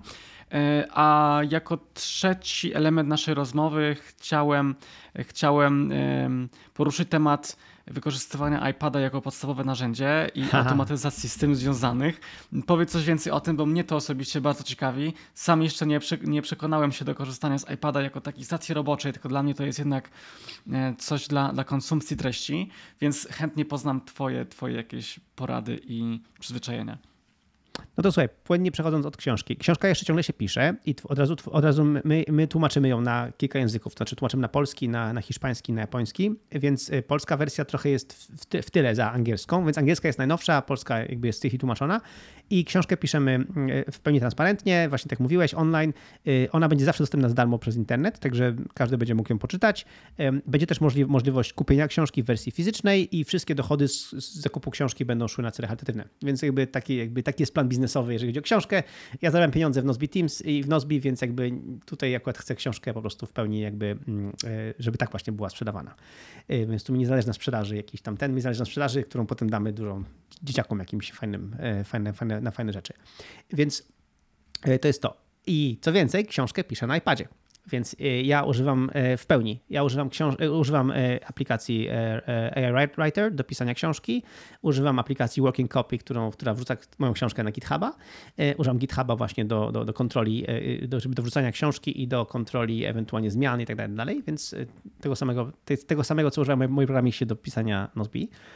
A jako trzeci element naszej rozmowy chciałem, chciałem poruszyć temat wykorzystywania iPada jako podstawowe narzędzie i Aha. automatyzacji z tym związanych. Powiedz coś więcej o tym, bo mnie to osobiście bardzo ciekawi. Sam jeszcze nie, przy, nie przekonałem się do korzystania z iPada jako takiej stacji roboczej, tylko dla mnie to jest jednak coś dla, dla konsumpcji treści, więc chętnie poznam twoje, twoje jakieś porady i przyzwyczajenia. No to słuchaj, płynnie przechodząc od książki. Książka jeszcze ciągle się pisze i od razu, od razu my, my tłumaczymy ją na kilka języków. To znaczy tłumaczymy na polski, na, na hiszpański, na japoński, więc polska wersja trochę jest w, ty, w tyle za angielską, więc angielska jest najnowsza, a polska jakby jest z tych i tłumaczona. I książkę piszemy w pełni transparentnie, właśnie tak mówiłeś, online. Ona będzie zawsze dostępna za darmo przez internet, także każdy będzie mógł ją poczytać. Będzie też możli- możliwość kupienia książki w wersji fizycznej i wszystkie dochody z, z zakupu książki będą szły na cele charytatywne. Więc jakby taki, jakby taki jest plan biznesowy, jeżeli chodzi o książkę. Ja zarabiam pieniądze w Nozbe Teams i w Nozbe, więc jakby tutaj akurat chcę książkę po prostu w pełni jakby, żeby tak właśnie była sprzedawana. Więc tu mi nie zależy na sprzedaży jakiś tam ten, mi zależy na sprzedaży, którą potem damy dużo dzieciakom jakimś fajnym, fajne, fajne, na fajne rzeczy. Więc to jest to. I co więcej, książkę piszę na iPadzie. Więc ja używam w pełni. Ja używam, książ- używam aplikacji A I Writer do pisania książki. Używam aplikacji Working Copy, którą, która wrzuca moją książkę na GitHuba. Używam GitHuba właśnie do, do, do kontroli, do, do wrzucania książki i do kontroli ewentualnie zmian i tak dalej. Więc tego samego, tego samego co używam w moim programie do pisania Nozbe.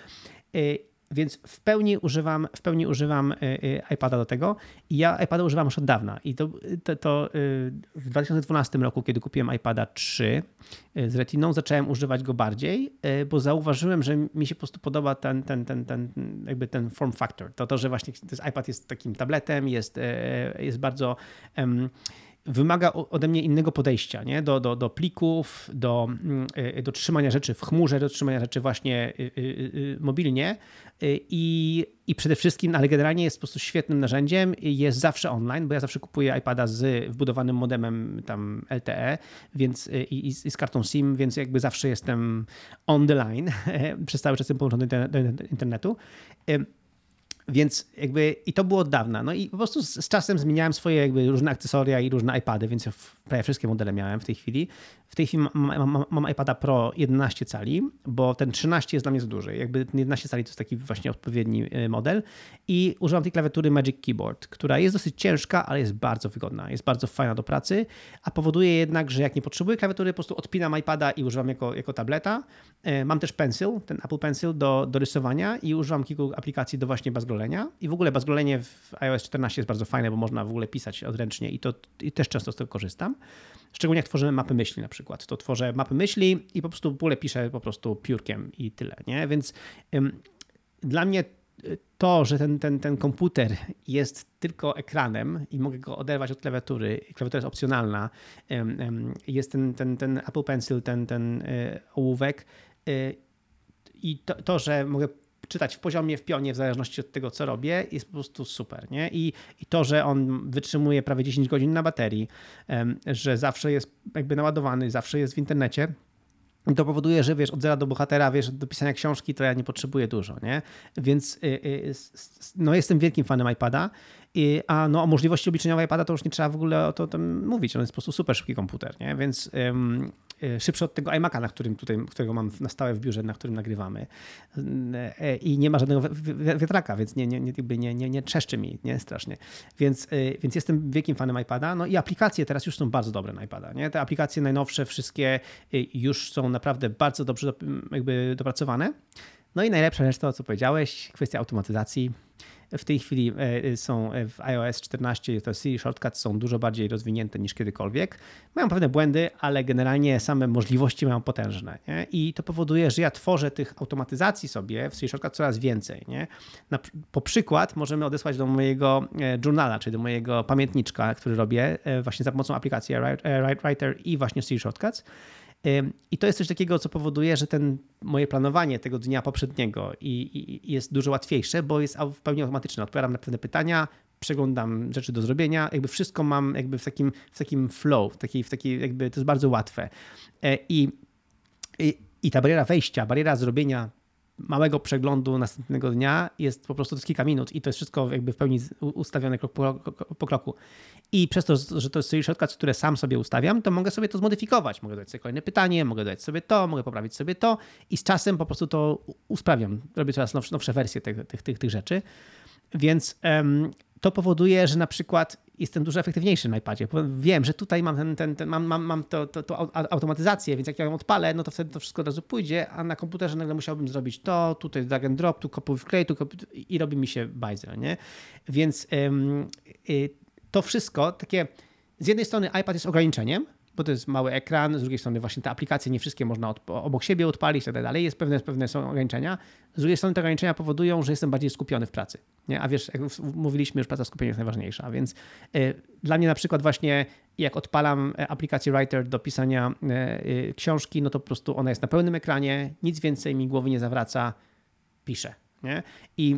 Więc w pełni używam, w pełni używam iPada do tego i ja iPada używam już od dawna. I to, to, to w dwa tysiące dwunastym roku, kiedy kupiłem iPada trzy z Retiną, zacząłem używać go bardziej, bo zauważyłem, że mi się po prostu podoba ten, ten, ten, ten, jakby ten form factor. To to, że właśnie ten iPad jest takim tabletem, jest, jest bardzo... Um, wymaga ode mnie innego podejścia, nie? Do, do, do plików, do, do trzymania rzeczy w chmurze, do trzymania rzeczy właśnie mobilnie i, i przede wszystkim, ale generalnie jest po prostu świetnym narzędziem i jest zawsze online, bo ja zawsze kupuję iPada z wbudowanym modemem tam L T E więc, i, i z kartą SIM, więc jakby zawsze jestem on the line, przez cały czas jestem połączony do, do internetu. Więc jakby i to było od dawna. No i po prostu z, z czasem zmieniałem swoje jakby różne akcesoria i różne iPady, więc ja prawie wszystkie modele miałem w tej chwili. W tej chwili mam, mam, mam iPada Pro jedenaście cali, bo ten trzynaście jest dla mnie za duży. Jakby ten jedenaście cali to jest taki właśnie odpowiedni model i używam tej klawiatury Magic Keyboard, która jest dosyć ciężka, ale jest bardzo wygodna. Jest bardzo fajna do pracy, a powoduje jednak, że jak nie potrzebuję klawiatury, po prostu odpinam iPada i używam jako, jako tableta. Mam też Pencil, ten Apple Pencil do, do rysowania i używam kilku aplikacji do właśnie bazgrolenia i w ogóle bazgrolenie w iOS czternaście jest bardzo fajne, bo można w ogóle pisać odręcznie i to i też często z tego korzystam. Szczególnie jak tworzymy mapy myśli na przykład. To tworzę mapy myśli i po prostu w ogóle piszę po prostu piórkiem i tyle, nie? Więc ym, dla mnie to, że ten, ten, ten komputer jest tylko ekranem i mogę go oderwać od klawiatury, klawiatura jest opcjonalna, ym, ym, jest ten, ten, ten Apple Pencil, ten, ten y, ołówek y, i to, to, że mogę czytać w poziomie, w pionie, w zależności od tego, co robię, jest po prostu super, nie? I, i to, że on wytrzymuje prawie dziesięć godzin na baterii, że zawsze jest jakby naładowany, zawsze jest w internecie, to powoduje, że wiesz, od zera do bohatera, wiesz, do pisania książki, to ja nie potrzebuję dużo, nie? Więc no, jestem wielkim fanem iPada, a no, o możliwości obliczeniowej iPada to już nie trzeba w ogóle o to tam mówić, on jest po prostu super szybki komputer, nie? Więc um, szybszy od tego iMac'a, na którym tutaj, którego mam na stałe w biurze, na którym nagrywamy. I nie ma żadnego wiatraka, więc nie, nie, nie, nie, nie, nie trzeszczy mi, nie? Strasznie. Więc, więc jestem wielkim fanem iPada. No i aplikacje teraz już są bardzo dobre na iPada, nie? Te aplikacje najnowsze, wszystkie już są naprawdę bardzo dobrze jakby dopracowane. No i najlepsza rzecz to, co powiedziałeś, kwestia automatyzacji. W tej chwili są w iOS czternaście, to Siri Shortcuts są dużo bardziej rozwinięte niż kiedykolwiek. Mają pewne błędy, ale generalnie same możliwości mają potężne. Nie? I to powoduje, że ja tworzę tych automatyzacji sobie w Siri Shortcuts coraz więcej. Nie? Na, po przykład możemy odesłać do mojego journala, czyli do mojego pamiętniczka, który robię właśnie za pomocą aplikacji Writer i właśnie Siri Shortcuts. I to jest coś takiego, co powoduje, że ten, moje planowanie tego dnia poprzedniego i, i, jest dużo łatwiejsze, bo jest w pełni automatyczne. Odpowiadam na pewne pytania, przeglądam rzeczy do zrobienia, jakby wszystko mam jakby w takim, w takim flow, w takiej, w takiej jakby to jest bardzo łatwe. I, i, i ta bariera wejścia, bariera zrobienia małego przeglądu następnego dnia jest po prostu to jest kilka minut i to jest wszystko jakby w pełni ustawione krok po, po kroku. I przez to, że to jest Siri Shortcuts, które sam sobie ustawiam, to mogę sobie to zmodyfikować. Mogę dodać sobie kolejne pytanie, mogę dodać sobie to, mogę poprawić sobie to i z czasem po prostu to usprawiam. Robię coraz nowsze, nowsze wersje tych, tych, tych, tych rzeczy. Więc um, to powoduje, że na przykład jestem dużo efektywniejszy na iPadzie. Wiem, że tutaj mam, ten, ten, ten, mam, mam, mam to, to, to automatyzację, więc jak ja ją odpalę, no to wtedy to wszystko od razu pójdzie, a na komputerze nagle musiałbym zrobić to, tutaj drag and drop, tu kopuj wklej, tu kopuj, i robi mi się bajzel, nie? Więc um, y, to wszystko takie, z jednej strony iPad jest ograniczeniem, bo to jest mały ekran, z drugiej strony właśnie te aplikacje nie wszystkie można od, obok siebie odpalić i tak dalej, jest pewne, pewne są ograniczenia. Z drugiej strony te ograniczenia powodują, że jestem bardziej skupiony w pracy. Nie? A wiesz, jak mówiliśmy już, praca skupienia jest najważniejsza, więc y, dla mnie na przykład właśnie jak odpalam aplikację Writer do pisania y, y, książki, no to po prostu ona jest na pełnym ekranie, nic więcej mi głowy nie zawraca, piszę. Nie? I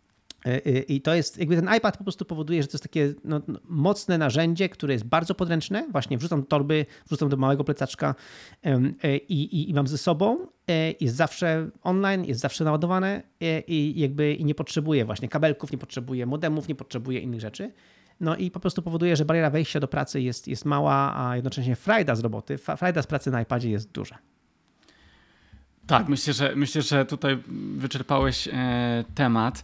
I to jest, jakby ten iPad po prostu powoduje, że to jest takie no, mocne narzędzie, które jest bardzo podręczne. Właśnie wrzucam do torby, wrzucam do małego plecaczka i, i, i mam ze sobą. Jest zawsze online, jest zawsze naładowane i jakby i nie potrzebuję właśnie kabelków, nie potrzebuję modemów, nie potrzebuję innych rzeczy. No i po prostu powoduje, że bariera wejścia do pracy jest, jest mała, a jednocześnie frajda z roboty, frajda z pracy na iPadzie jest duża. Tak, myślę, że myślę, że tutaj wyczerpałeś e, temat.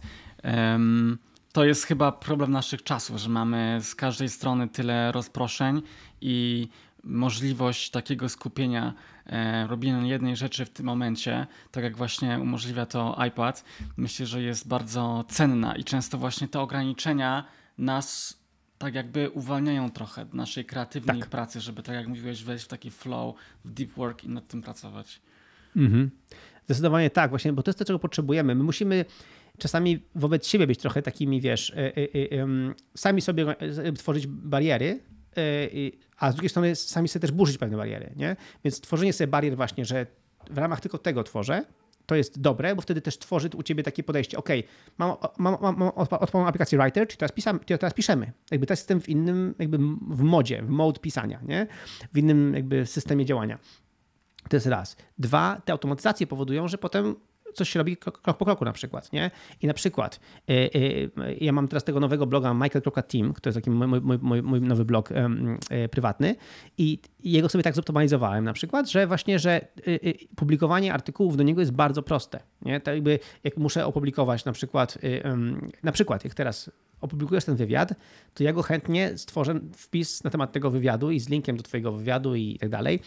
To jest chyba problem naszych czasów, że mamy z każdej strony tyle rozproszeń i możliwość takiego skupienia, e, robienia jednej rzeczy w tym momencie, tak jak właśnie umożliwia to iPad, myślę, że jest bardzo cenna i często właśnie te ograniczenia nas tak jakby uwalniają trochę od naszej kreatywnej tak. pracy, żeby tak jak mówiłeś wejść w taki flow, w deep work i nad tym pracować. Mhm. Zdecydowanie tak, właśnie, bo to jest to, czego potrzebujemy. My musimy czasami wobec siebie być trochę takimi, wiesz, y, y, y, sami sobie tworzyć bariery, y, a z drugiej strony sami sobie też burzyć pewne bariery, nie? Więc tworzenie sobie barier właśnie, że w ramach tylko tego tworzę, to jest dobre, bo wtedy też tworzy u ciebie takie podejście, ok, mam, mam, mam, mam odpaloną aplikację Writer, czyli teraz, pisam, teraz piszemy. Jakby teraz jestem w innym, jakby w modzie, w mode pisania, nie? W innym jakby systemie działania. To jest raz. Dwa, te automatyzacje powodują, że potem coś się robi krok po kroku na przykład, nie? I na przykład y, y, ja mam teraz tego nowego bloga michael kropka team, to jest taki mój, mój, mój, mój nowy blog y, y, prywatny i jego sobie tak zoptymalizowałem na przykład, że właśnie, że y, y, publikowanie artykułów do niego jest bardzo proste, nie? Tak jakby jak muszę opublikować na przykład, y, y, na przykład jak teraz opublikujesz ten wywiad, to ja go chętnie stworzę wpis na temat tego wywiadu i z linkiem do twojego wywiadu i tak dalej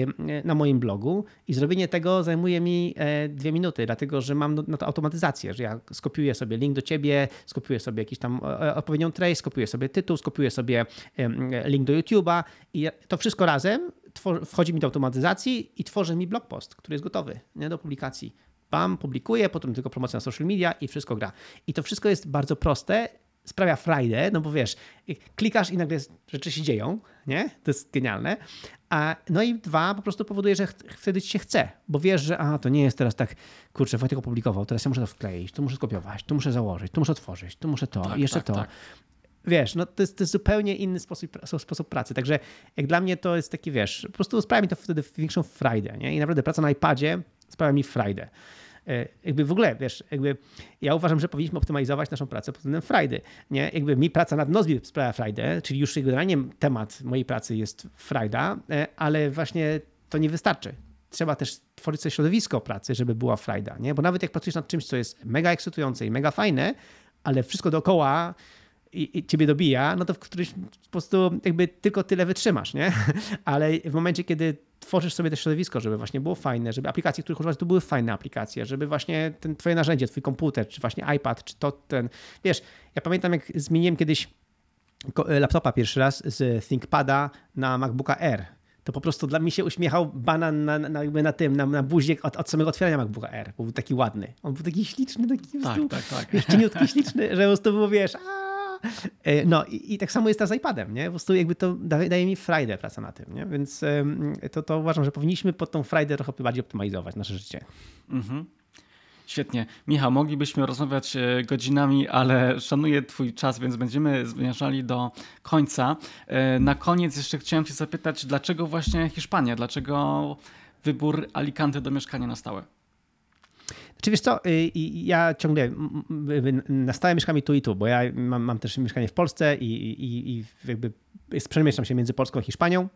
na moim blogu i zrobienie tego zajmuje mi dwie minuty, dlatego że mam na to automatyzację, że ja skopiuję sobie link do ciebie, skopiuję sobie jakiś tam odpowiednią treść, skopiuję sobie tytuł, skopiuję sobie link do YouTube'a i to wszystko razem wchodzi mi do automatyzacji i tworzy mi blog post, który jest gotowy, nie, do publikacji. Bam, publikuję, potem tylko promocja na social media i wszystko gra. I to wszystko jest bardzo proste, sprawia frajdę, no bo wiesz, klikasz i nagle rzeczy się dzieją, nie? To jest genialne. A, no i dwa, po prostu powoduje, że ch- wtedy ci się chce, bo wiesz, że a, to nie jest teraz tak, kurczę, Wojtek opublikował, teraz ja muszę to wkleić, tu muszę skopiować, tu muszę założyć, tu muszę otworzyć, tu muszę to, tak, jeszcze tak, to. tak. Wiesz, no to jest, to jest zupełnie inny sposób, sposób pracy. Także jak dla mnie to jest taki, wiesz, po prostu sprawia mi to wtedy większą frajdę, nie? I naprawdę praca na iPadzie sprawia mi frajdę. Jakby w ogóle, wiesz, jakby ja uważam, że powinniśmy optymalizować naszą pracę pod względem frajdy, nie? Jakby mi praca nad Nozbe sprawia frajdę, czyli już generalnie temat mojej pracy jest frajda, ale właśnie to nie wystarczy. Trzeba też tworzyć sobie środowisko pracy, żeby była frajda, nie? Bo nawet jak pracujesz nad czymś, co jest mega ekscytujące i mega fajne, ale wszystko dookoła i, i ciebie dobija, no to w którymś po prostu jakby tylko tyle wytrzymasz, nie? Ale w momencie, kiedy tworzysz sobie też środowisko, żeby właśnie było fajne, żeby aplikacje, których używasz, to były fajne aplikacje, żeby właśnie ten twoje narzędzie, twój komputer, czy właśnie iPad, czy to ten, wiesz, ja pamiętam jak zmieniłem kiedyś laptopa pierwszy raz z ThinkPada na MacBooka Air. To po prostu dla mnie się uśmiechał banan na, na, jakby na tym, na, na buzie od, od samego otwierania MacBooka Air, bo był taki ładny. On był taki śliczny, taki po prostu, tak, tak, tak. wiesz, cieniutki, śliczny, że po prostu było, wiesz, aaa. No i, i tak samo jest teraz z iPadem, nie? Po prostu jakby to daje, daje mi frajdę praca na tym, nie? Więc to, to uważam, że powinniśmy pod tą frajdę trochę bardziej optymalizować nasze życie. Mhm. Świetnie. Michał, moglibyśmy rozmawiać godzinami, ale szanuję twój czas, więc będziemy zmierzali do końca. Na koniec jeszcze chciałem cię zapytać, dlaczego właśnie Hiszpania? Dlaczego wybór Alicante do mieszkania na stałe? Czy wiesz co, ja ciągle na stałe mieszkam i tu i tu, bo ja mam, mam też mieszkanie w Polsce i, i, i jakby przemieszczam się między Polską a Hiszpanią.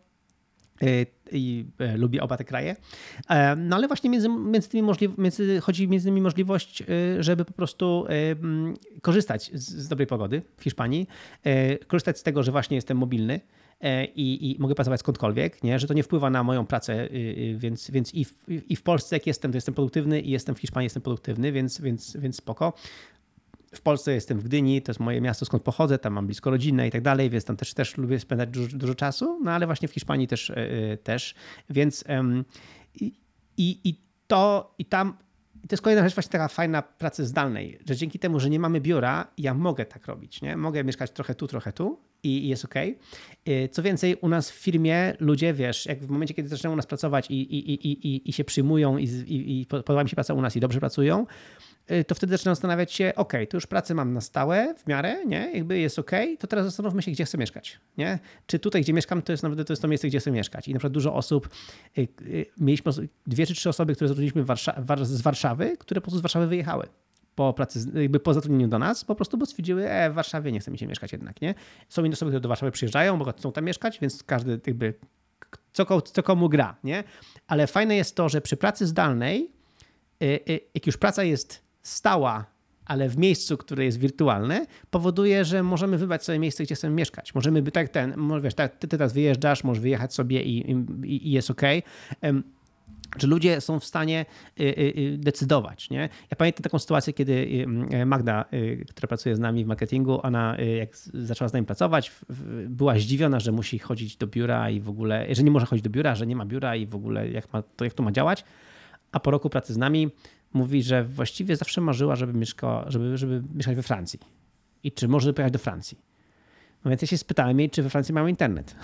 I lubię oba te kraje. No ale właśnie między, między tymi możli- między, chodzi między nimi możliwość, żeby po prostu korzystać z, z dobrej pogody w Hiszpanii, korzystać z tego, że właśnie jestem mobilny i, i mogę pracować skądkolwiek, nie? Że to nie wpływa na moją pracę, więc, więc i, w, i w Polsce jak jestem, to jestem produktywny i jestem w Hiszpanii, jestem produktywny, więc, więc, więc spoko. W Polsce jestem w Gdyni, to jest moje miasto, skąd pochodzę, tam mam blisko rodzinę i tak dalej, więc tam też, też lubię spędzać dużo, dużo czasu, no ale właśnie w Hiszpanii też, yy, też. Więc yy, i, i to i tam, i to jest kolejna rzecz właśnie taka fajna pracy zdalnej, że dzięki temu, że nie mamy biura, ja mogę tak robić, nie? Mogę mieszkać trochę tu, trochę tu i, i jest okej. Yy, co więcej, u nas w firmie ludzie, wiesz, jak w momencie, kiedy zaczynają u nas pracować i, i, i, i, i się przyjmują i, i, i podoba mi się praca u nas i dobrze pracują, to wtedy zaczynam zastanawiać się, ok, to już pracę mam na stałe, w miarę, nie? Jakby jest ok, to teraz zastanówmy się, gdzie chcę mieszkać, nie? Czy tutaj, gdzie mieszkam, to jest naprawdę to, jest to miejsce, gdzie chcę mieszkać. I na przykład dużo osób, mieliśmy dwie czy trzy osoby, które zatrudniliśmy Warsza- z Warszawy, które po prostu z Warszawy wyjechały po pracy, jakby po zatrudnieniu do nas, po prostu bo stwierdziły, e, w Warszawie nie chce mi się mieszkać jednak, nie? Są inne osoby, które do Warszawy przyjeżdżają, bo chcą tam mieszkać, więc każdy jakby co, co komu gra, nie? Ale fajne jest to, że przy pracy zdalnej, jak już praca jest stała, ale w miejscu, które jest wirtualne, powoduje, że możemy wybrać sobie miejsce, gdzie chcemy mieszkać. Możemy by tak ten, wiesz, tak, ty teraz wyjeżdżasz, możesz wyjechać sobie i, i, i jest okej. Okay. Że ludzie są w stanie decydować, nie? Ja pamiętam taką sytuację, kiedy Magda, która pracuje z nami w marketingu, ona jak zaczęła z nami pracować, była zdziwiona, że musi chodzić do biura i w ogóle, że nie może chodzić do biura, że nie ma biura i w ogóle jak, ma, to, jak to ma działać. A po roku pracy z nami mówi, że właściwie zawsze marzyła, żeby, mieszka, żeby, żeby mieszkać we Francji. I czy może pojechać do Francji. No więc ja się spytałem jej, czy we Francji mają internet.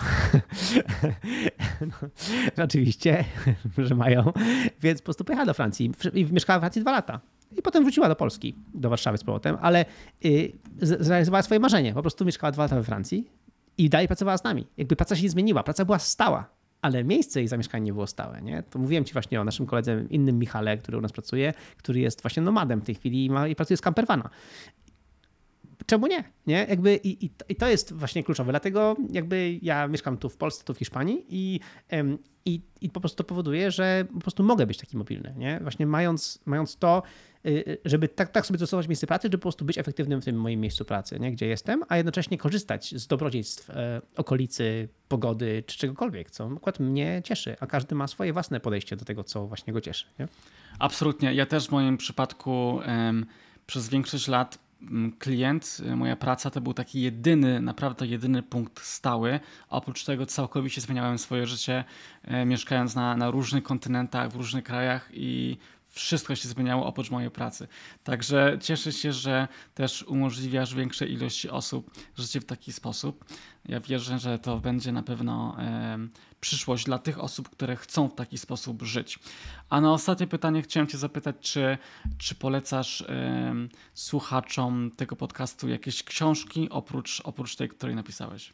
No, oczywiście, że mają. Więc po prostu pojechała do Francji i mieszkała w Francji dwa lata. I potem wróciła do Polski, do Warszawy z powrotem, ale yy, zrealizowała swoje marzenie. Po prostu mieszkała dwa lata we Francji i dalej pracowała z nami. Jakby praca się nie zmieniła, praca była stała. Ale miejsce jej zamieszkania nie było stałe. Nie? To mówiłem ci właśnie o naszym koledze, innym Michale, który u nas pracuje, który jest właśnie nomadem w tej chwili i, ma, i pracuje z campervana. czemu nie? nie? Jakby i, i, I to jest właśnie kluczowe. Dlatego jakby ja mieszkam tu w Polsce, tu w Hiszpanii i, em, i, i po prostu to powoduje, że po prostu mogę być taki mobilny. Nie? Właśnie mając, mając to, y, żeby tak, tak sobie dostosować miejsce pracy, żeby po prostu być efektywnym w tym moim miejscu pracy, nie? Gdzie jestem, a jednocześnie korzystać z dobrodziejstw e, okolicy, pogody czy czegokolwiek, co akurat mnie cieszy, a każdy ma swoje własne podejście do tego, co właśnie go cieszy. Nie? Absolutnie. Ja też w moim przypadku em, przez większość lat klient, moja praca to był taki jedyny, naprawdę jedyny punkt stały. Oprócz tego całkowicie zmieniałem swoje życie, e, mieszkając na, na różnych kontynentach, w różnych krajach i wszystko się zmieniało oprócz mojej pracy. Także cieszę się, że też umożliwiasz większej ilości osób życie w taki sposób. Ja wierzę, że to będzie na pewno e, przyszłość dla tych osób, które chcą w taki sposób żyć. A na ostatnie pytanie chciałem cię zapytać, czy, czy polecasz e, słuchaczom tego podcastu jakieś książki oprócz, oprócz tej, której napisałeś?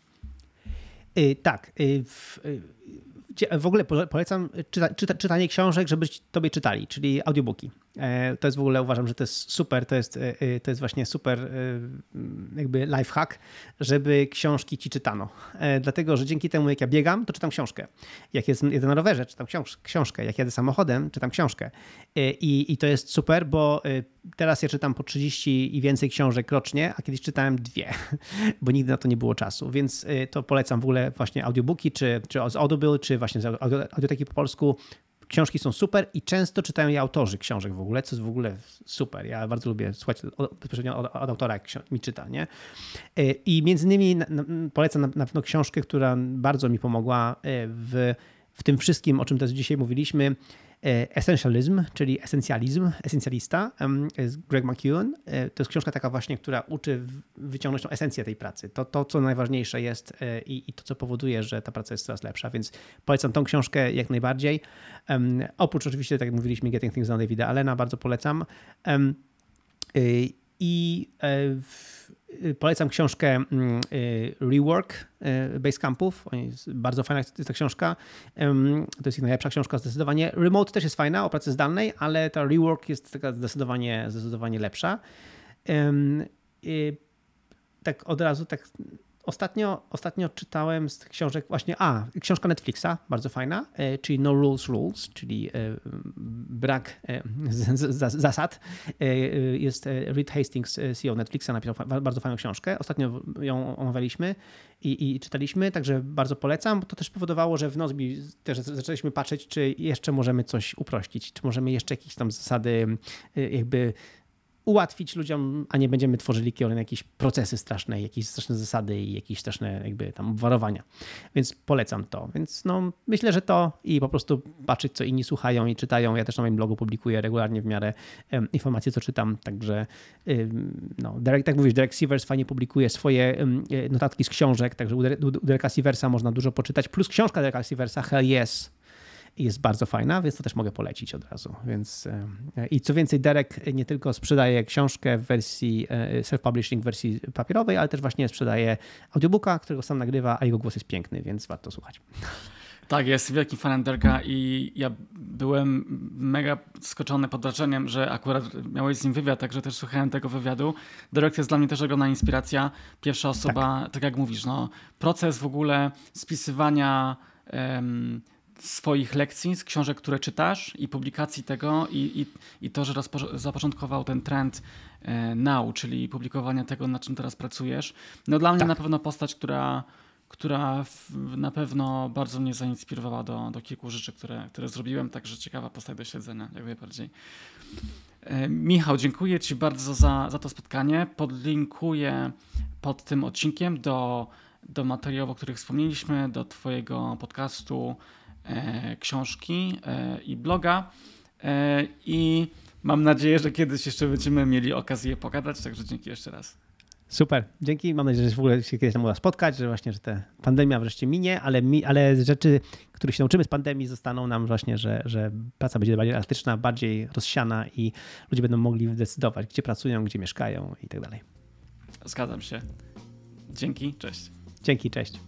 Yy, tak. Yy, w, yy, w ogóle polecam czyta, czyta, czytanie książek, żeby tobie czytali, czyli audiobooki. To jest w ogóle, uważam, że to jest super, to jest, to jest właśnie super jakby lifehack, żeby książki ci czytano. Dlatego, że dzięki temu, jak ja biegam, to czytam książkę. Jak jedę na rowerze, czytam książ- książkę. Jak jadę samochodem, czytam książkę. I, I to jest super, bo teraz ja czytam po trzydzieści i więcej książek rocznie, a kiedyś czytałem dwie, bo nigdy na to nie było czasu. Więc to polecam w ogóle właśnie audiobooki, czy, czy z Audible, czy właśnie z audioteki po polsku. Książki są super i często czytają je autorzy książek w ogóle, co jest w ogóle super. Ja bardzo lubię słuchać bezpośrednio od, od autora, jak mi czyta. Nie? I między innymi polecam na, na pewno książkę, która bardzo mi pomogła w, w tym wszystkim, o czym też dzisiaj mówiliśmy. Essentialism, czyli esencjalizm, esencjalista, z Greg McKeown. To jest książka taka właśnie, która uczy wyciągnąć tą esencję tej pracy. To, to co najważniejsze jest i, i to, co powoduje, że ta praca jest coraz lepsza, więc polecam tą książkę jak najbardziej. Um, oprócz oczywiście, tak jak mówiliśmy, Getting Things Done Davida Allena, bardzo polecam. Um, y, I y, polecam książkę y, Rework y, Basecampów. Bardzo fajna jest ta książka. Um, to jest ich najlepsza książka zdecydowanie. Remote też jest fajna o pracy zdalnej, ale ta Rework jest taka zdecydowanie, zdecydowanie lepsza. Um, y, tak od razu, tak Ostatnio, ostatnio czytałem z książek właśnie, a, książka Netflixa, bardzo fajna, czyli No Rules Rules, czyli brak z, z, zasad. Jest Reed Hastings, C E O Netflixa, napisał bardzo fajną książkę. Ostatnio ją omawialiśmy i, i czytaliśmy, także bardzo polecam. To też powodowało, że w Nozbi też zaczęliśmy patrzeć, czy jeszcze możemy coś uprościć, czy możemy jeszcze jakieś tam zasady jakby ułatwić ludziom, a nie będziemy tworzyli jakieś procesy straszne, jakieś straszne zasady i jakieś straszne jakby tam obwarowania. Więc polecam to. Więc no, myślę, że to i po prostu patrzeć, co inni słuchają i czytają. Ja też na moim blogu publikuję regularnie w miarę um, informacje, co czytam. Także um, no, Derek, tak mówisz, Derek Sivers fajnie publikuje swoje um, notatki z książek, także u, u Dereka Siversa można dużo poczytać. Plus książka Dereka Siversa, Hell Yes, jest bardzo fajna, więc to też mogę polecić od razu. Więc, i co więcej, Derek nie tylko sprzedaje książkę w wersji self-publishing, w wersji papierowej, ale też właśnie sprzedaje audiobooka, którego sam nagrywa, a jego głos jest piękny, więc warto słuchać. Tak, jestem wielkim fanem Dereka i ja byłem mega skoczony pod wrażeniem, że akurat miałeś z nim wywiad, także też słuchałem tego wywiadu. Derek jest dla mnie też ogromna inspiracja. Pierwsza osoba, tak, tak jak mówisz, no, proces w ogóle spisywania um, swoich lekcji z książek, które czytasz i publikacji tego i, i, i to, że rozpo- zapoczątkował ten trend e, now, czyli publikowania tego, nad czym teraz pracujesz. No dla mnie tak. na pewno postać, która, która w, na pewno bardzo mnie zainspirowała do, do kilku rzeczy, które, które zrobiłem, także ciekawa postać do śledzenia, jak najbardziej. E, Michał, dziękuję Ci bardzo za, za to spotkanie. Podlinkuję pod tym odcinkiem do, do materiałów, o których wspomnieliśmy, do Twojego podcastu, E, książki e, i bloga e, i mam nadzieję, że kiedyś jeszcze będziemy mieli okazję pogadać, także dzięki jeszcze raz. Super, dzięki. Mam nadzieję, że w ogóle się kiedyś tam uda spotkać, że właśnie, że ta pandemia wreszcie minie, ale, mi, ale rzeczy, których się nauczymy z pandemii, zostaną nam właśnie, że, że praca będzie bardziej elastyczna, bardziej rozsiana i ludzie będą mogli decydować, gdzie pracują, gdzie mieszkają i tak dalej. Zgadzam się. Dzięki, cześć. Dzięki, cześć.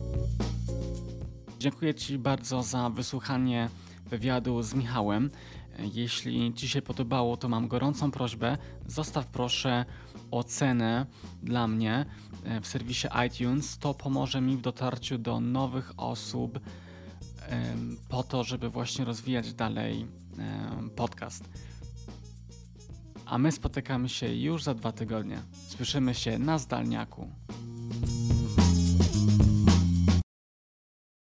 Dziękuję Ci bardzo za wysłuchanie wywiadu z Michałem. Jeśli Ci się podobało, to mam gorącą prośbę, zostaw proszę ocenę dla mnie w serwisie iTunes. To pomoże mi w dotarciu do nowych osób po to, żeby właśnie rozwijać dalej podcast. A my spotykamy się już za dwa tygodnie. Słyszymy się na Zdalniaku.